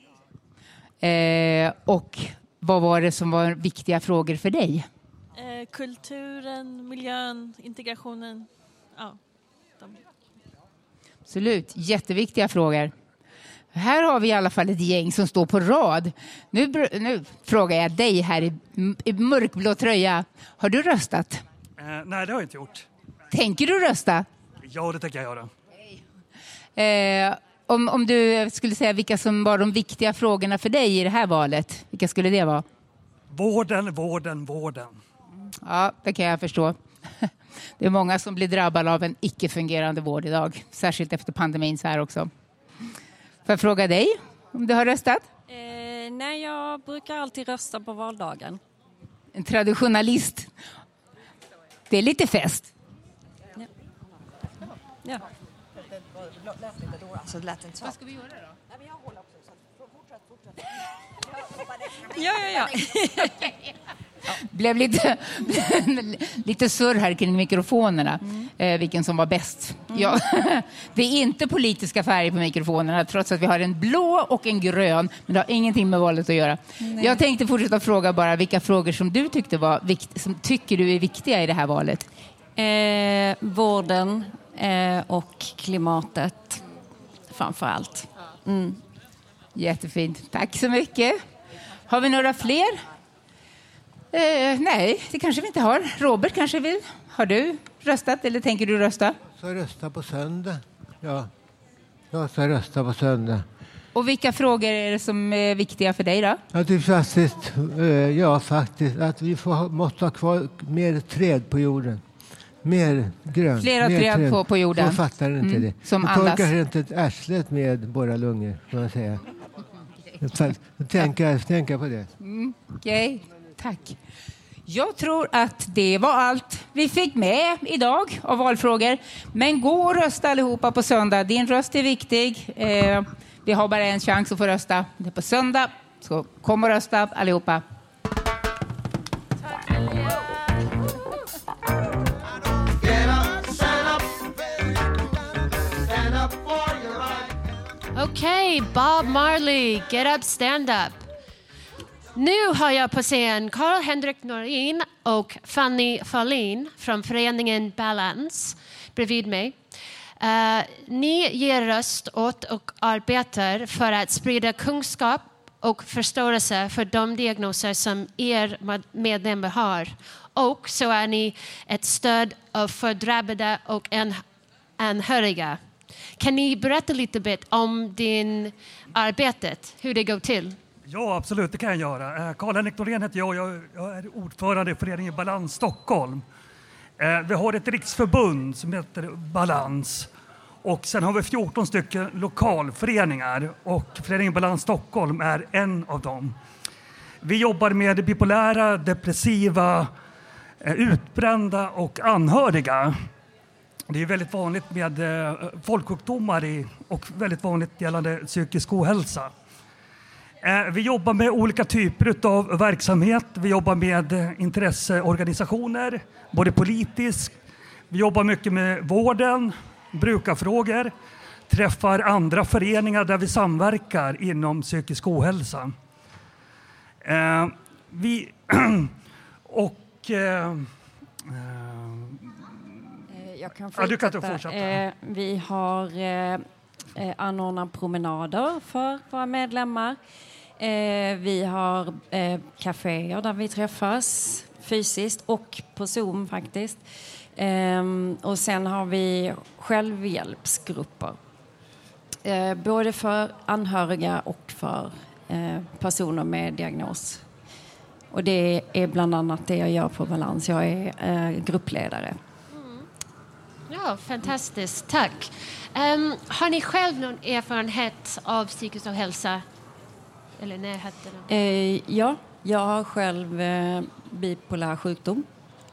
Eh, och vad var det som var viktiga frågor för dig? Eh, kulturen, miljön, integrationen. Ja, de. Absolut, jätteviktiga frågor. Här har vi i alla fall ett gäng som står på rad. Nu, nu frågar jag dig här i, i mörkblå tröja. Har du röstat? Eh, nej, det har jag inte gjort. Tänker du rösta? Ja, det tänker jag göra. Eh, om, om du skulle säga vilka som var de viktiga frågorna för dig i det här valet, vilka skulle det vara? Vården, vården, vården. Ja, det kan jag förstå. Det är många som blir drabbade av en icke-fungerande vård idag. Särskilt efter pandemin så här också. Får jag fråga dig om du har röstat? Eh, nej, jag brukar alltid rösta på valdagen. En traditionalist. Det är lite fest. Ja. Ja. Så det lät inte så. Vad ska vi göra då? Nej, men jag håller också. Så fortsätt, fortsätt. Ja, ja, ja. Blev lite, lite surr här kring mikrofonerna. Mm. Eh, vilken som var bäst. Mm. Ja, det är inte politiska färger på mikrofonerna trots att vi har en blå och en grön. Men det har ingenting med valet att göra. Nej. Jag tänkte fortsätta fråga bara vilka frågor som du tyckte var vikt, som tycker du är viktiga i det här valet. Eh, vården eh, och klimatet framför allt. Mm. Jättefint. Tack så mycket. Har vi några fler? Eh, nej, det kanske vi inte har. Robert kanske vill. Har du röstat eller tänker du rösta? Så jag rösta på söndag. Ja, jag ska rösta på söndag. Och vilka frågor är det som är viktiga för dig då? Ja, det är faktiskt, eh, ja, faktiskt att vi får, måste ha kvar mer träd på jorden. Mer grönt. Flera mer träd, träd på, på jorden. Jag fattar inte mm, det. Som jag andas. torkar inte ett arslet med våra lungor, kan man säga. Jag tänker, tänker på det. Mm, Okej, okay. Tack. Jag tror att det var allt vi fick med idag av valfrågor. Men gå och rösta allihopa på söndag. Din röst är viktig. Eh, vi har bara en chans att få rösta. Det är på söndag. Så kom och rösta allihopa. Okej, Bob Marley, get up, stand up. Nu har jag på scen Carl-Henrik Norin och Fanny Fahlin från föreningen Balance bredvid mig. Uh, ni ger röst åt och arbetar för att sprida kunskap och förståelse för de diagnoser som er medlemmar har. Och så är ni ett stöd för drabbade och en anhöriga. Kan ni berätta lite bit om din arbetet, hur det går till? Ja, absolut, det kan jag göra. Carl-Henrik Norén heter jag. Jag är ordförande i föreningen Balans Stockholm. Vi har ett riksförbund som heter Balans. Och sen har vi fjorton stycken lokalföreningar. Och föreningen Balans Stockholm är en av dem. Vi jobbar med bipolära, depressiva, utbrända och anhöriga. Det är väldigt vanligt med folksjukdomar i, och väldigt vanligt gällande psykisk ohälsa. Vi jobbar med olika typer av verksamhet. Vi jobbar med intresseorganisationer, både politiskt. Vi jobbar mycket med vården, brukarfrågor. Träffar andra föreningar där vi samverkar inom psykisk ohälsa. Vi och... Jag kan ja, du kan fortsätta. fortsätta. Eh, vi har eh, anordnat promenader för våra medlemmar. Eh, vi har eh, kaféer där vi träffas fysiskt och på Zoom faktiskt. Eh, och sen har vi självhjälpsgrupper. Eh, både för anhöriga och för eh, personer med diagnos. Och det är bland annat det jag gör på Balans. Jag är eh, gruppledare. Ja, fantastiskt. Tack. Um, har ni själv någon erfarenhet av psykisk ohälsa? Eller närheten? Eh, ja, jag har själv eh, bipolär sjukdom.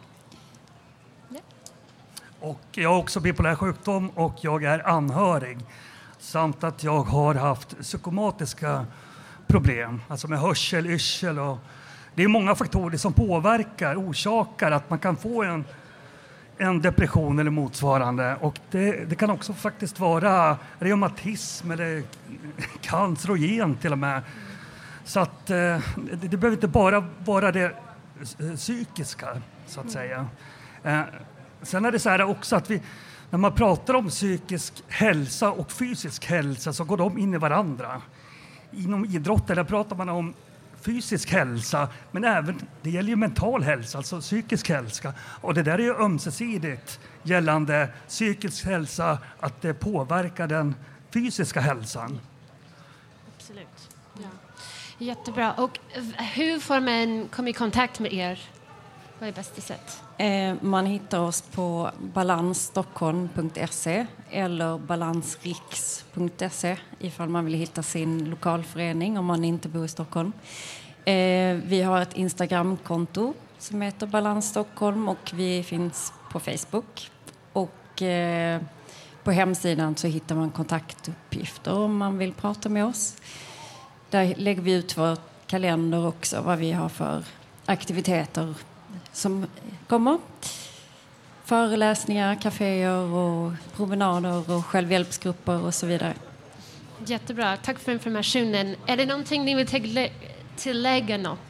Ja. Och jag har också bipolär sjukdom och jag är anhörig. Samt att jag har haft psykosomatiska problem. Alltså med hörsel, yrsel och... Det är många faktorer som påverkar, orsakar att man kan få en... en depression eller motsvarande. Och det, det kan också faktiskt vara reumatism eller cancer och gen till och med. Så att eh, det, det behöver inte bara vara det psykiska, så att säga. Eh, sen är det så här också att vi, när man pratar om psykisk hälsa och fysisk hälsa så går de in i varandra. Inom idrotten där pratar man om fysisk hälsa, men även det gäller ju mental hälsa, alltså psykisk hälsa. Och det där är ju ömsesidigt gällande psykisk hälsa, att det påverkar den fysiska hälsan. Absolut. Ja. Jättebra. Och hur får man komma i kontakt med er? Vad är bästa sätt? Eh, man hittar oss på balansstockholm punkt se eller balansriks punkt se ifall man vill hitta sin lokalförening om man inte bor i Stockholm. Eh, vi har ett Instagramkonto som heter Balans Stockholm och vi finns på Facebook. Och eh, på hemsidan så hittar man kontaktuppgifter om man vill prata med oss. Där lägger vi ut vår kalender också, vad vi har för aktiviteter som kommer. Föreläsningar, kaféer och promenader och självhjälpsgrupper och så vidare. Jättebra, tack för informationen. Är det någonting ni vill tillägga något?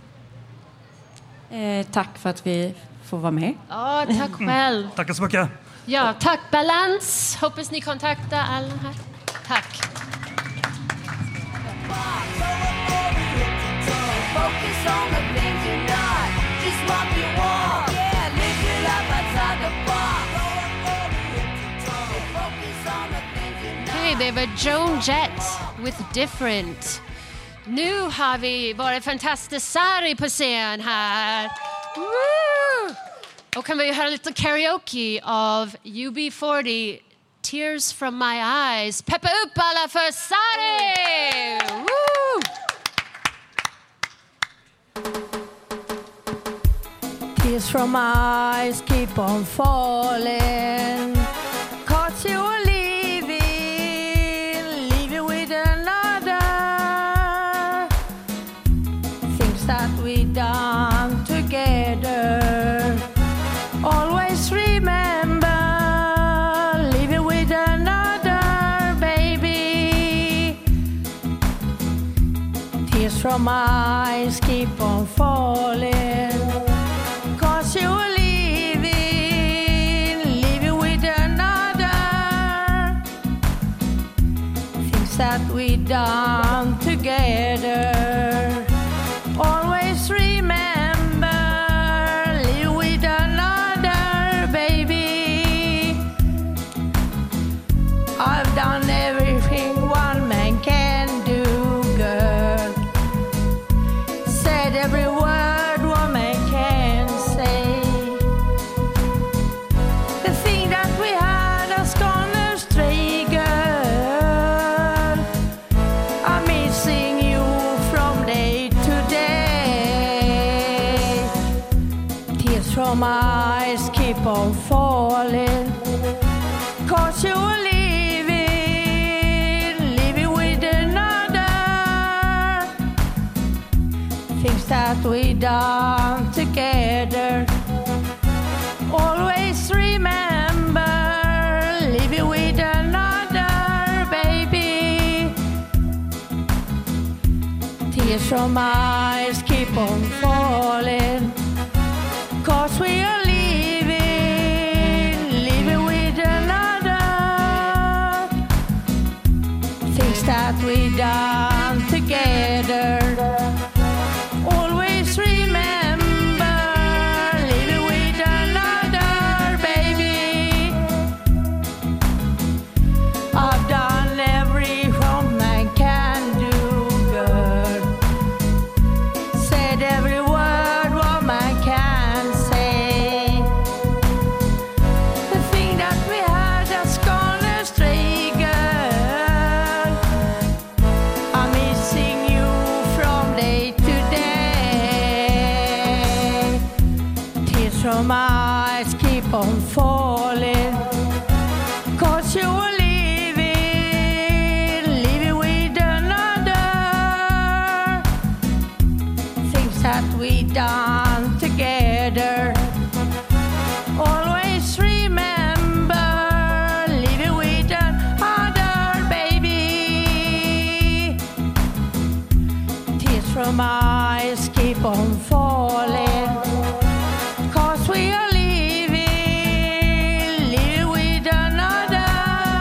Eh, tack för att vi får vara med. Ja, tack själv. Mm. Tack så mycket. Ja, tack Balans. Hoppas ni kontaktar alla här. Tack. Okej, det var Joan Jett with Different. Nu har vi vår fantastiska Sari på scen här. Woo! Och kan vi höra lite karaoke av U B fyrtio, Tears from my eyes. Peppa upp alla för Sari! Woo! Tears from my eyes keep on falling. Cause you're leaving, leaving with another. Things that we done together. Always remember, leaving with another, baby. Tears from my eyes keep on falling. Cause you're leaving, leaving with another. Things that we done together. Always remember, live with another, baby. I've done everything one man can do, girl. Said every word one man can say. The thing that we had has gone astray, girl. I'm missing you from day to day. Tears from my eyes keep on falling. Cause you're leaving, leaving with another. Things that we done together. Always remember, living with another, baby. Tears from my eyes keep on falling. Cause we are leaving, leaving with another. Things that we done together. Always remember, living with another, baby. I've done every wrong man can do, girl. Said every word one man can say. The thing that we had has gone astray, girl. I'm missing you from day to day. Tears from my eyes keep on falling. Cause you're leaving, leaving with another. Things that we done together. Always remember, living with another, baby. Tears from my eyes keep on falling. Cause we are leaving, living with another.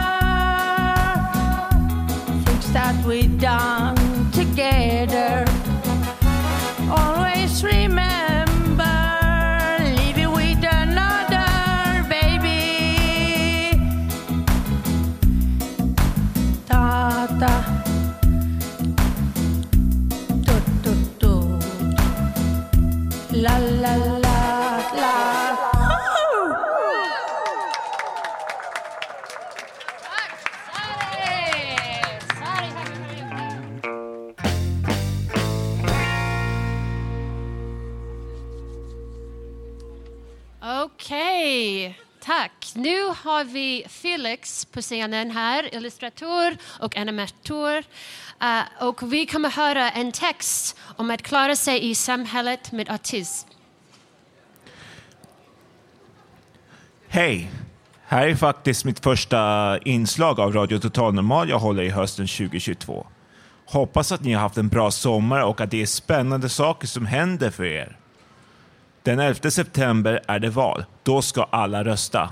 Things that we done together. Always remember, living with another, baby. Ta ta. Tu tu tu. La la la la. Okej, tack. Nu har vi Felix på scenen här, illustratör och animatör. Uh, och vi kommer höra en text om att klara sig i samhället med autism. Hej! Här är faktiskt mitt första inslag av Radio Total Normal jag håller i hösten tjugohundratjugotvå. Hoppas att ni har haft en bra sommar och att det är spännande saker som händer för er. Den elfte september är det val. Då ska alla rösta.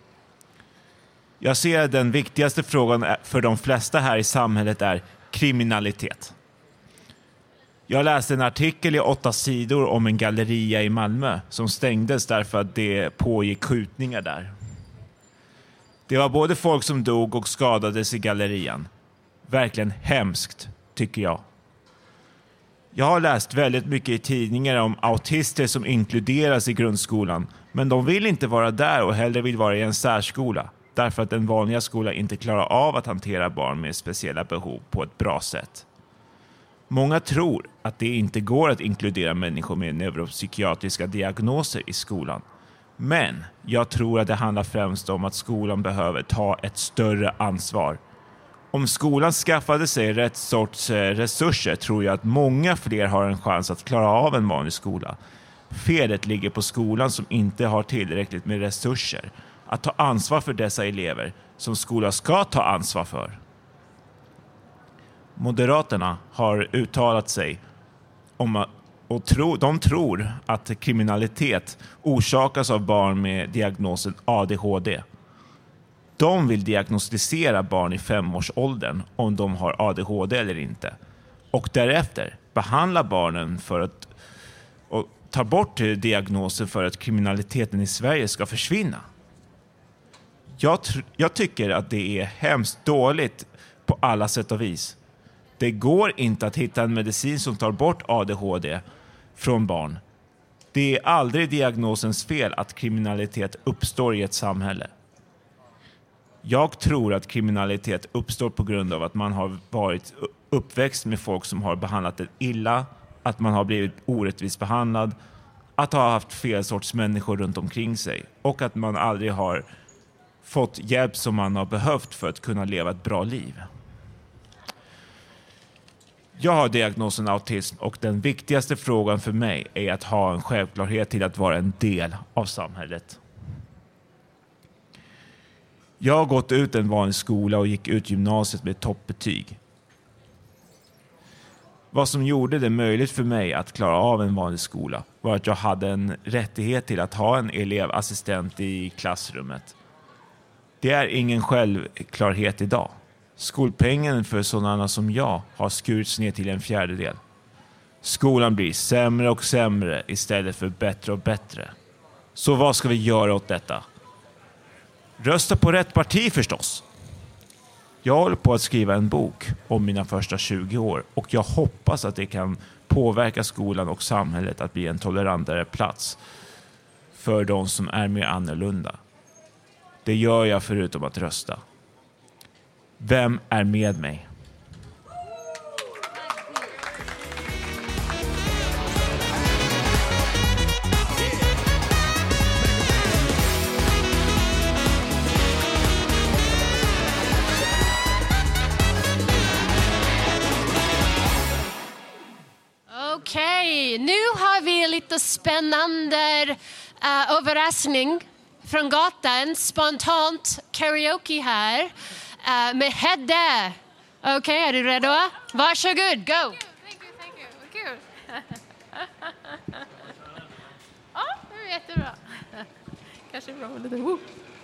Jag ser att den viktigaste frågan för de flesta här i samhället är kriminalitet. Jag läste en artikel i åtta sidor om en galleria i Malmö som stängdes därför att det pågick skjutningar där. Det var både folk som dog och skadades i gallerian. Verkligen hemskt, tycker jag. Jag har läst väldigt mycket i tidningar om autister som inkluderas i grundskolan, men de vill inte vara där och hellre vill vara i en särskola, därför att en vanliga skola inte klarar av att hantera barn med speciella behov på ett bra sätt. Många tror att det inte går att inkludera människor med neuropsykiatriska diagnoser i skolan. Men jag tror att det handlar främst om att skolan behöver ta ett större ansvar. Om skolan skaffade sig rätt sorts resurser tror jag att många fler har en chans att klara av en vanlig skola. Felet ligger på skolan som inte har tillräckligt med resurser att ta ansvar för dessa elever som skolan ska ta ansvar för. Moderaterna har uttalat sig om att och tro, de tror att kriminalitet orsakas av barn med diagnosen A D H D. De vill diagnostisera barn i femårsåldern om de har A D H D eller inte. Och därefter behandla barnen för att och ta bort diagnosen för att kriminaliteten i Sverige ska försvinna. Jag, tr- jag tycker att det är hemskt dåligt på alla sätt och vis. Det går inte att hitta en medicin som tar bort A D H D från barn. Det är aldrig diagnosens fel att kriminalitet uppstår i ett samhälle. Jag tror att kriminalitet uppstår på grund av att man har varit uppväxt med folk som har behandlat det illa, att man har blivit orättvist behandlad, att ha haft fel sorts människor runt omkring sig och att man aldrig har fått hjälp som man har behövt för att kunna leva ett bra liv. Jag har diagnosen autism och den viktigaste frågan för mig är att ha en självklarhet till att vara en del av samhället. Jag har gått ut en vanlig skola och gick ut gymnasiet med toppbetyg. Vad som gjorde det möjligt för mig att klara av en vanlig skola var att jag hade en rättighet till att ha en elevassistent i klassrummet. Det är ingen självklarhet idag. Skolpengen för sådana som jag har skurits ner till en fjärdedel. Skolan blir sämre och sämre istället för bättre och bättre. Så vad ska vi göra åt detta? Rösta på rätt parti förstås. Jag håller på att skriva en bok om mina första tjugo år och jag hoppas att det kan påverka skolan och samhället att bli en tolerantare plats för de som är mer annorlunda. Det gör jag förutom att rösta. Vem är med mig? Okej, nu har vi lite spännande uh, överraskning från gatan. Spontant karaoke här uh, med Hedde. Okej, okay, är du redo? Varsågod, go! Thank you, thank you. Vad kul. Ja, det är jättebra. Kanske bra med lite whoop.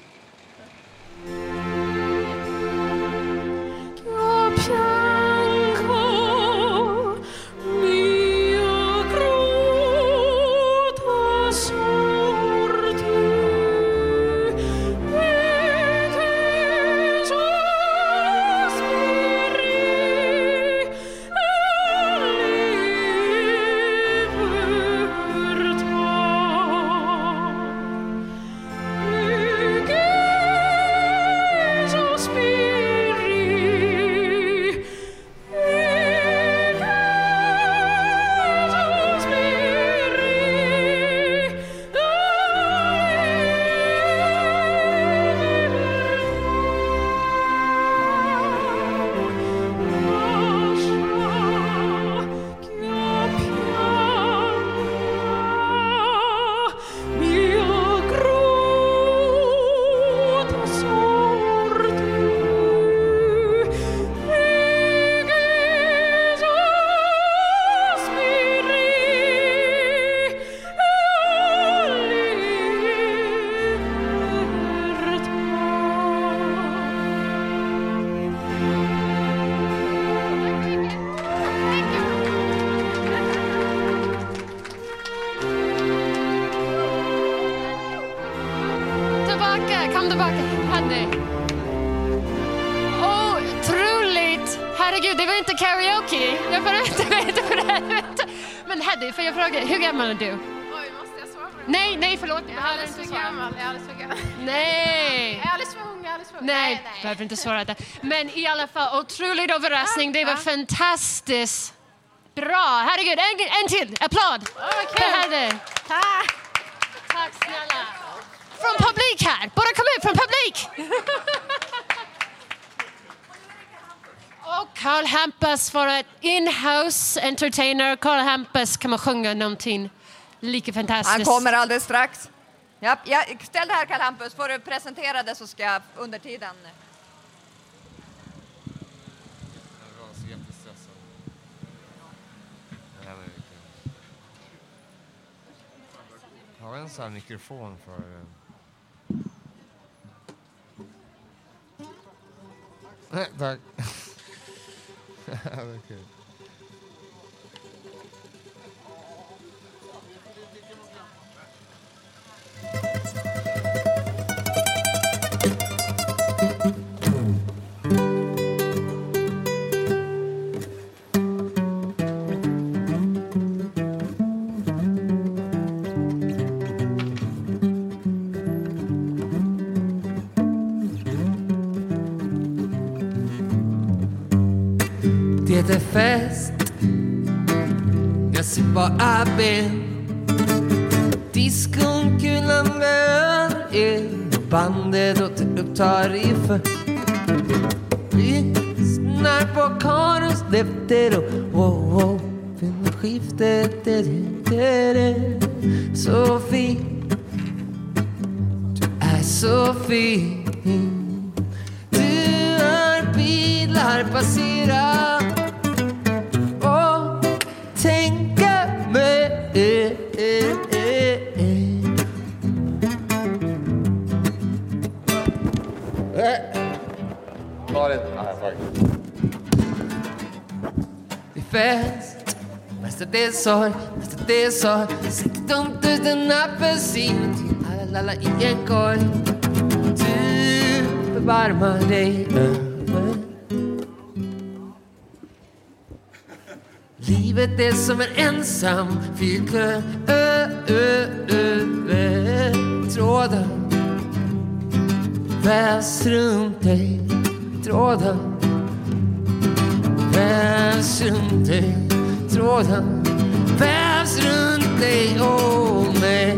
Kom tillbaka, Hanny. Otroligt! Herregud, det var inte karaoke. Jag får inte veta för det. Men Heddy, får jag fråga, hur gammal är du? Oj, måste jag svara på det? Nej, nej, förlåt. Jag är alldeles för gammal. Jag är alldeles för gammal. Nej. Jag är alldeles för ung, jag är alldeles för ung. Nej, nej, nej. behöver inte svara det. Men i alla fall, otroligt överraskning. Det var fantastiskt. Bra, herregud. En, en till. Applåd. Okay. Här. Tack. Tack snälla. Från publik här. Bara kom ut från publik. Och Carl Hampus för ett in-house entertainer. Carl Hampus kommer sjunga någonting lika fantastiskt. Han kommer alldeles strax. Ja, ja, ställ det här Carl Hampus. Får du presentera det så ska jag under tiden... Jag har en sån här mikrofon för... Nej, tack. Det är kul. Det är fest, jag ser bara ben. Diskonkulan rör in och bandet återupptar riffen. Lyssnar på Karos defter och wow, wow, filmskiftet är det så fin. Du är så fin. Du har bilar passera och tänka mig. Det är fest, mest att det är sorg, mest att det är sorg. sexton tusen apelsiner till alla lalla i en korg. Du förbarmar dig över. Livet är som en ensam fyrkö över tråden. Väs runt dig, tråden. Vävs runt dig, tråden. Vävs runt dig och mig.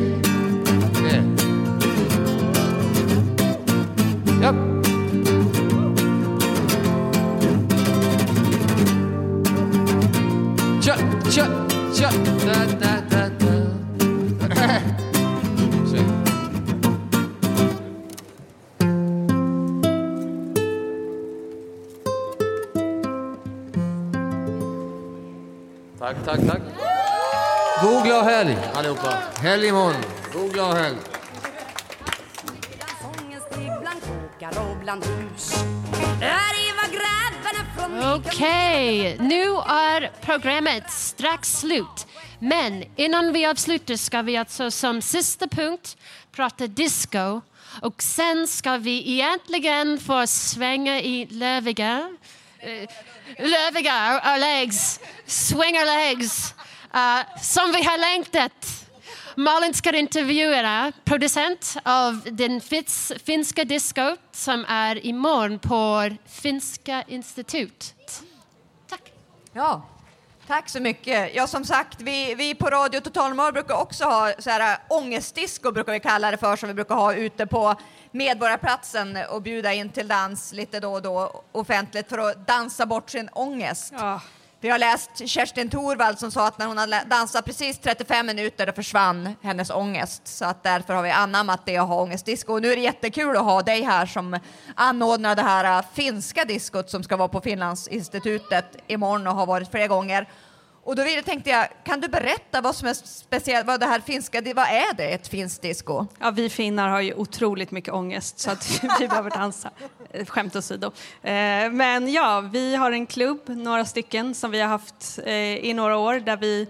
Ja. Tja, tja, tja, da, da, da, da. Tack, tack, tack. God glad helg allihopa. Helg imorgon. God glad helg. Okej, nu är programmet strax slut. Men innan vi avslutar ska vi alltså som sista punkt prata disco. Och sen ska vi egentligen få svänga i löviga, uh, löviga uh, legs, swinger legs, uh, som vi har längtat. Malin ska intervjua producent av den fits, finska disco som är imorgon på Finska institut. Tack. Ja, tack så mycket. Ja, som sagt, vi, vi på Radio Total Normal brukar också ha så här ångestdisco brukar vi kalla det för, som vi brukar ha ute på Medborgarplatsen och bjuda in till dans lite då och då offentligt för att dansa bort sin ångest. Ja. Vi har läst Kerstin Thorvald som sa att när hon hade dansat precis trettiofem minuter då försvann hennes ångest. Så att därför har vi anammat det och ha ångestdisco. Och nu är det jättekul att ha dig här som anordnar det här finska diskot som ska vara på Finlandsinstitutet imorgon och har varit flera gånger. Och då tänkte jag, kan du berätta vad som är speciellt, vad det här finska, vad är det, ett finskt disco? Ja, vi finnar har ju otroligt mycket ångest så att vi behöver dansa. Skämt åsido. Men ja, vi har en klubb, några stycken som vi har haft i några år där vi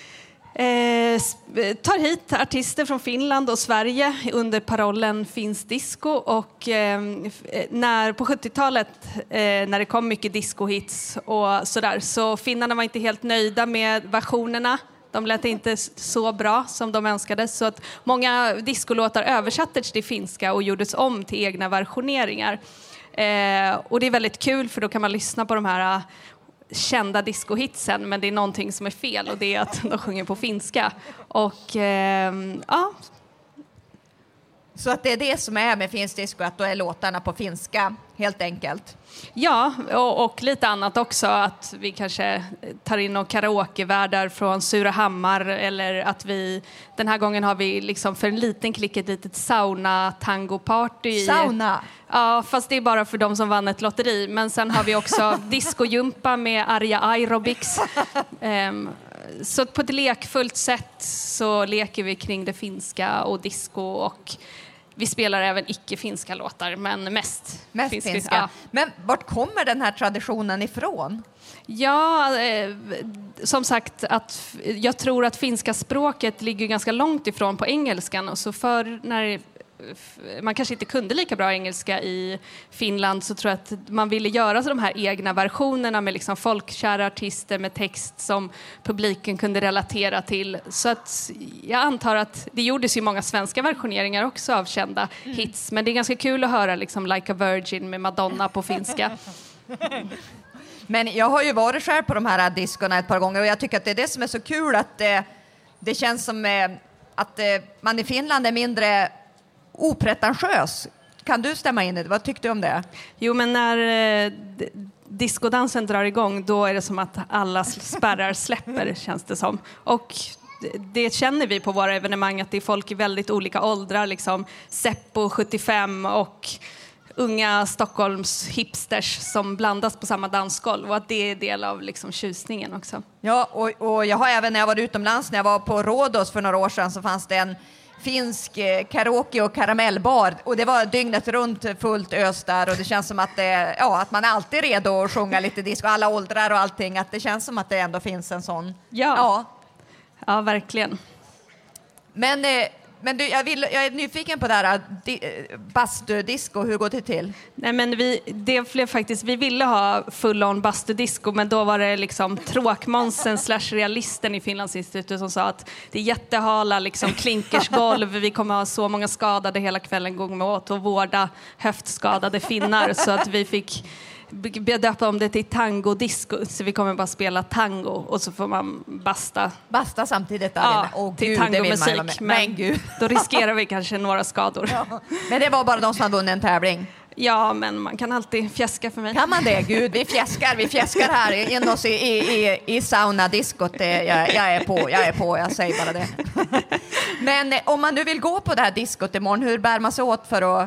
tar hit artister från Finland och Sverige under parollen Finsk disco. Och när, på sjuttiotalet när det kom mycket discohits och sådär, så finnarna var inte helt nöjda med versionerna. De lät inte så bra som de önskade, så att många discolåtar översattes till finska och gjordes om till egna versioneringar. Och det är väldigt kul för då kan man lyssna på de här kända discohitsen, men det är någonting som är fel och det är att de sjunger på finska. Och eh, ja. Så att det är det som är med finsk disco, att då är låtarna på finska helt enkelt. Ja, och, och lite annat också, att vi kanske tar in och karaokevärdar från Surahammar, eller att vi, den här gången har vi liksom för en liten klick ett litet sauna-tango-party. Sauna? Ja, fast det är bara för de som vann ett lotteri. Men sen har vi också discojumpa med Arja Aerobics. Um, så på ett lekfullt sätt så leker vi kring det finska och disco, och vi spelar även icke-finska låtar, men mest, mest finska. finska. Ja. Men vart kommer den här traditionen ifrån? Ja, eh, som sagt, att jag tror att finska språket ligger ganska långt ifrån på engelskan. Och så för när man kanske inte kunde lika bra engelska i Finland, så tror jag att man ville göra de här egna versionerna med liksom folkkära artister med text som publiken kunde relatera till. Så att jag antar att det gjordes ju många svenska versioneringar också av kända mm. hits, men det är ganska kul att höra liksom Like a Virgin med Madonna på finska. Men jag har ju varit själv på de här diskorna ett par gånger, och jag tycker att det är det som är så kul, att det, det känns som eh, att eh, man i Finland är mindre opretentiös. Kan du stämma in i det? Vad tyckte du om det? Jo, men när eh, discodansen drar igång, då är det som att alla spärrar släpper, känns det som. Och det känner vi på våra evenemang, att det är folk i väldigt olika åldrar, liksom Seppo sjuttiofem och unga Stockholms hipsters som blandas på samma dansgolv, och att det är del av liksom tjusningen också. Ja, och, och jag har även när jag var utomlands, när jag var på Rhodos för några år sedan, så fanns det en finsk karaoke- och karamellbar, och det var dygnet runt fullt ös där, och det känns som att, det, ja, att man är alltid redo att sjunga lite disco, alla åldrar och allting, att det känns som att det ändå finns en sån. Ja, ja. ja verkligen. Men, men du, jag, vill, jag är nyfiken på det här di, bastudisco, hur går det till? Nej, men vi, det blev faktiskt, vi ville ha full-on bastudisco, men då var det liksom tråkmånsen slash realisten i Finlandsinstitutet som sa att det är jättehala liksom klinkersgolv, vi kommer ha så många skadade hela kvällen, gå med åt och vårda höftskadade finnar, så att vi fick döpa om det till tango-disco, så vi kommer bara spela tango och så får man basta. Basta samtidigt där ja, oh, till Gud, tangomusik, men, men, men Gud. då riskerar vi kanske några skador. Ja. Men det var bara de som hade vunnit en tävling? Ja, men man kan alltid fjäska för mig. Kan man det? Gud, vi fjäskar, vi fjäskar här in oss i, i, i, i sauna-diskot. Jag, jag är på, jag är på, jag säger bara det. Men om man nu vill gå på det här diskot imorgon, hur bär man sig åt för att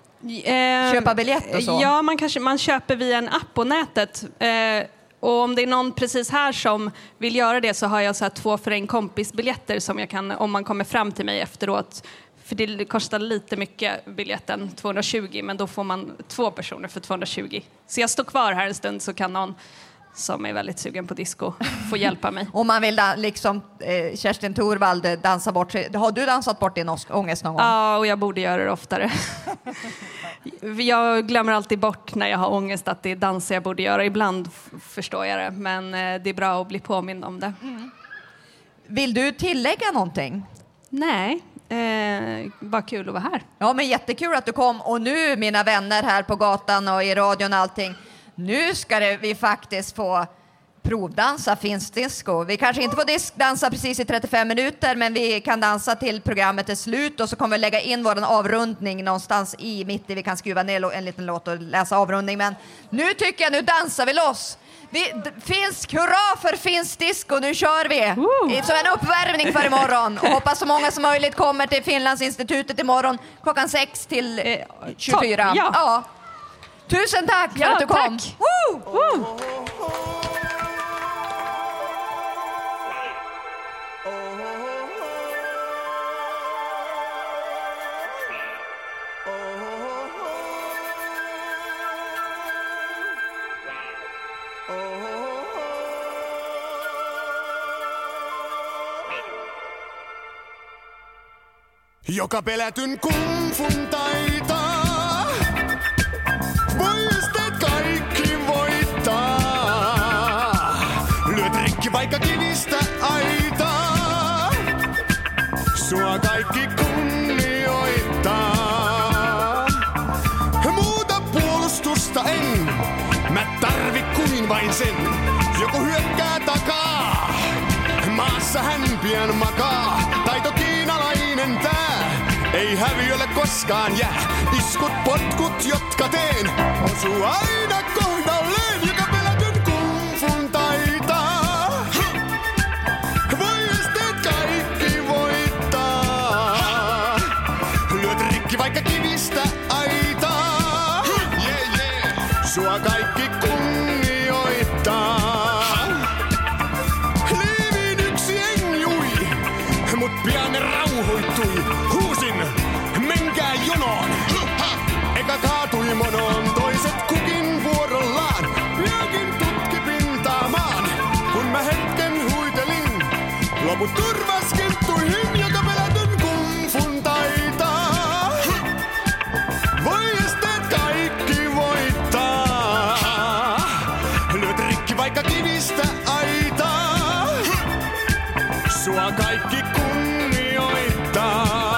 Eh, köpa biljett och så? Ja, man, kanske, man köper via en app på nätet. Eh, och om det är någon precis här som vill göra det, så har jag så här två för en kompis biljetter som jag kan, om man kommer fram till mig efteråt. För det kostar lite mycket biljetten, tvåhundratjugo, men då får man två personer för tvåhundratjugo. Så jag står kvar här en stund, så kan någon som är väldigt sugen på disco få hjälpa mig. Om man vill da, liksom eh, Kerstin Thorvald dansa bort sig. Har du dansat bort din ångest någon gång? Ja, och jag borde göra det oftare. Jag glömmer alltid bort när jag har ångest att det är danser jag borde göra. Ibland f- förstår jag det, men eh, det är bra att bli påmind om det. Mm. Vill du tillägga någonting? Nej, eh, bara kul att vara här. Ja, men jättekul att du kom. Och nu, mina vänner här på gatan och i radion och allting, nu ska det, vi faktiskt få provdansa finsk disco. Vi kanske inte får disk, dansa precis i trettiofem minuter, men vi kan dansa till programmet är slut, och så kommer vi lägga in vår avrundning någonstans i mitt i. Vi kan skruva ner en liten låt och läsa avrundning, men nu tycker jag, nu dansar vi loss. Vi, d- finsk, hurra för finsk disco, nu kör vi! Uh. Så en uppvärmning för imorgon, och hoppas så många som möjligt kommer till Finlandsinstitutet imorgon klockan sex till eh, tjugofyra. Ja. Ja. Tusen tack för ja, att du kom! Tack. Woo! Woo! Joka pelätyn kumfun taitaa, voi esteet kaikki voittaa. Lyöt rikki vaikka kivistä aitaa, sua kaikki kunnioittaa. Muuta puolustusta en, mä tarvi kuin vain sen. missä hän pian makaa. Taito kiinalainen tää, ei häviölle koskaan jää. Iskut, potkut, jotka teen, osuu aina kohdalleen, joka pelätyn kungfun taitaa. Voi esteet kaikki voittaa. Lyöt rikki vaikka kivistä aitaa. Yeah, yeah. Sua kaikki kunnioittaa. Liivin yksi enjui, mut pian ne rauhoittui. Huusin, menkää jonoon. Eka kaatui monoon, toiset kukin vuorollaan. Piakin tutki pintaamaan, kun mä hetken huitelin. Loput turvas kinttuihin, joka pelätyn kungfun taitaa. Voi esteet kaikki voittaa. Lyöt rikki vaikka kivistä aitaa. Sua kaikki kunnioittaa.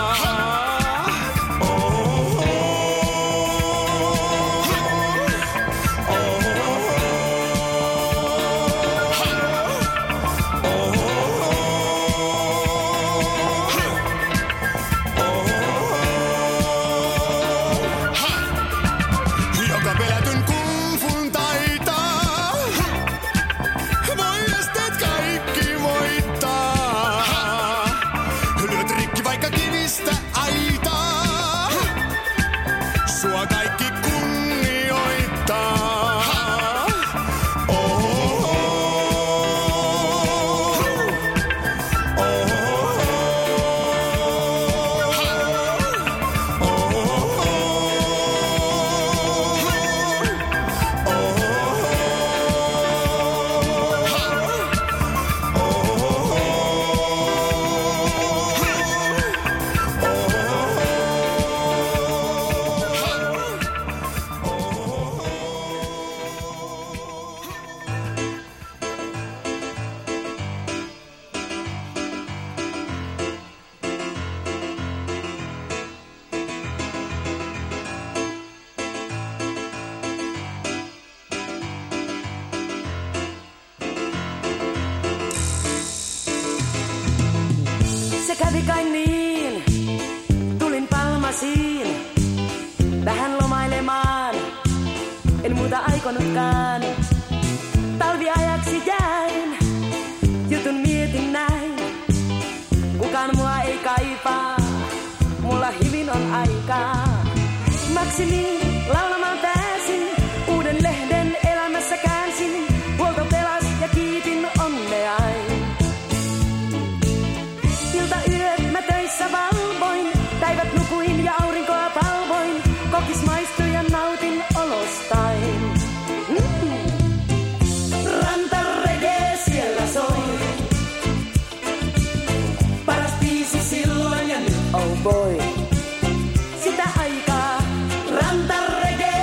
Joka pelätyn kungfun taitaa. Voi esteet kaikki voittaa. Lyöt rikki vaikka kivistä aitaa. Sua kaikki kunnioittaa. Se kävi kai niin, tulin Palmasiin, vähän lomailemaan, en muuta aikonutkaan. Talviajaksi jäin, jutun mietin näin, kukaan mua ei kaipaa, mulla hyvin on aikaa. Maksimiin laulamaan pääsin, uuden lehden elämässä käänsin, huolto pelas ja kiitin onneain. Iltayöt mä töissä valvoin, päivät nukuin ja aurinkoa palvoin, kokis maistuin ja nautin olostain. Mm. Rantaregee siellä soi, paras biisi silloin ja nyt oh boy. Sitä aikaa rantaregee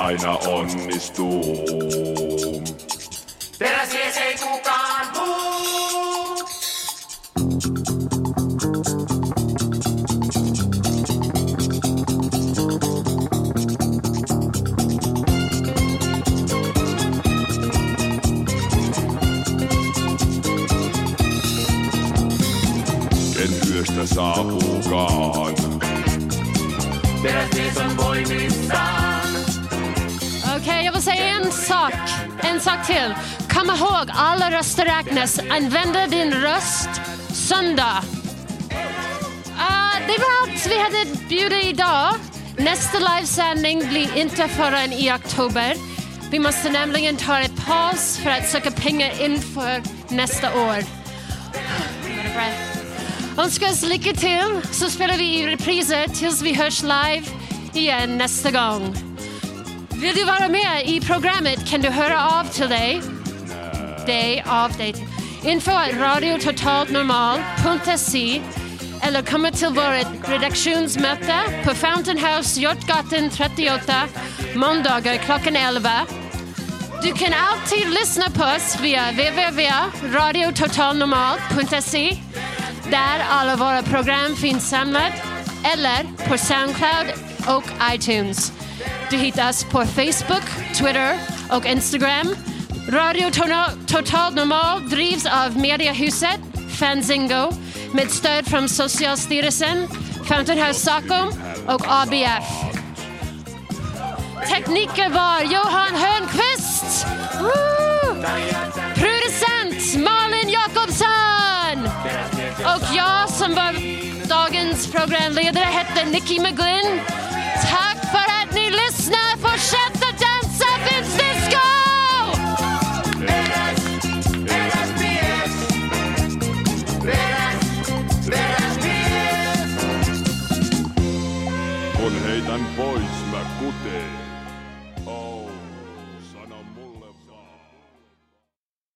aina onnistuu. Teräsmies ei kukaan muu. Ken yöstä saapuukaan. Teräsmies on voimissaan. Okej, okay, jag vill säga en sak. En sak till. Kom ihåg, alla röster räknas. Använd din röst söndag. Uh, det var allt vi hade bjudit idag. Nästa livesändning blir inte förrän i oktober. Vi måste nämligen ta ett paus för att söka pengar inför nästa år. Önskar oss lycka till, så spelar vi i repriser tills vi hörs live igen nästa gång. Vill du vara med i programmet kan du höra av till dig. Dig av dig. Info at radio totalt normal punkt se eller komma till vårt redaktionsmöte på Fountain House, Hjortgatan trettioåtta, måndagar klockan elva. Du kan alltid lyssna på oss via w w w punkt radio total normal punkt se där alla våra program finns samlade, eller på Soundcloud och iTunes. Du hittar oss på Facebook, Twitter och Instagram. Radio Total Normal drivs av Mediehuset Fanzingo med stöd från Socialstyrelsen, Fountain House Stockholm och A B F. Tekniker var Johan Hörnqvist. Woo! Producent Malin Jakobsson. Och jag som var dagens programledare hette Nicky McGlynn. Tack för att ni lyssnar. Fortsätt att dansa Finns Disco! Kun heitän pois mä kuteen.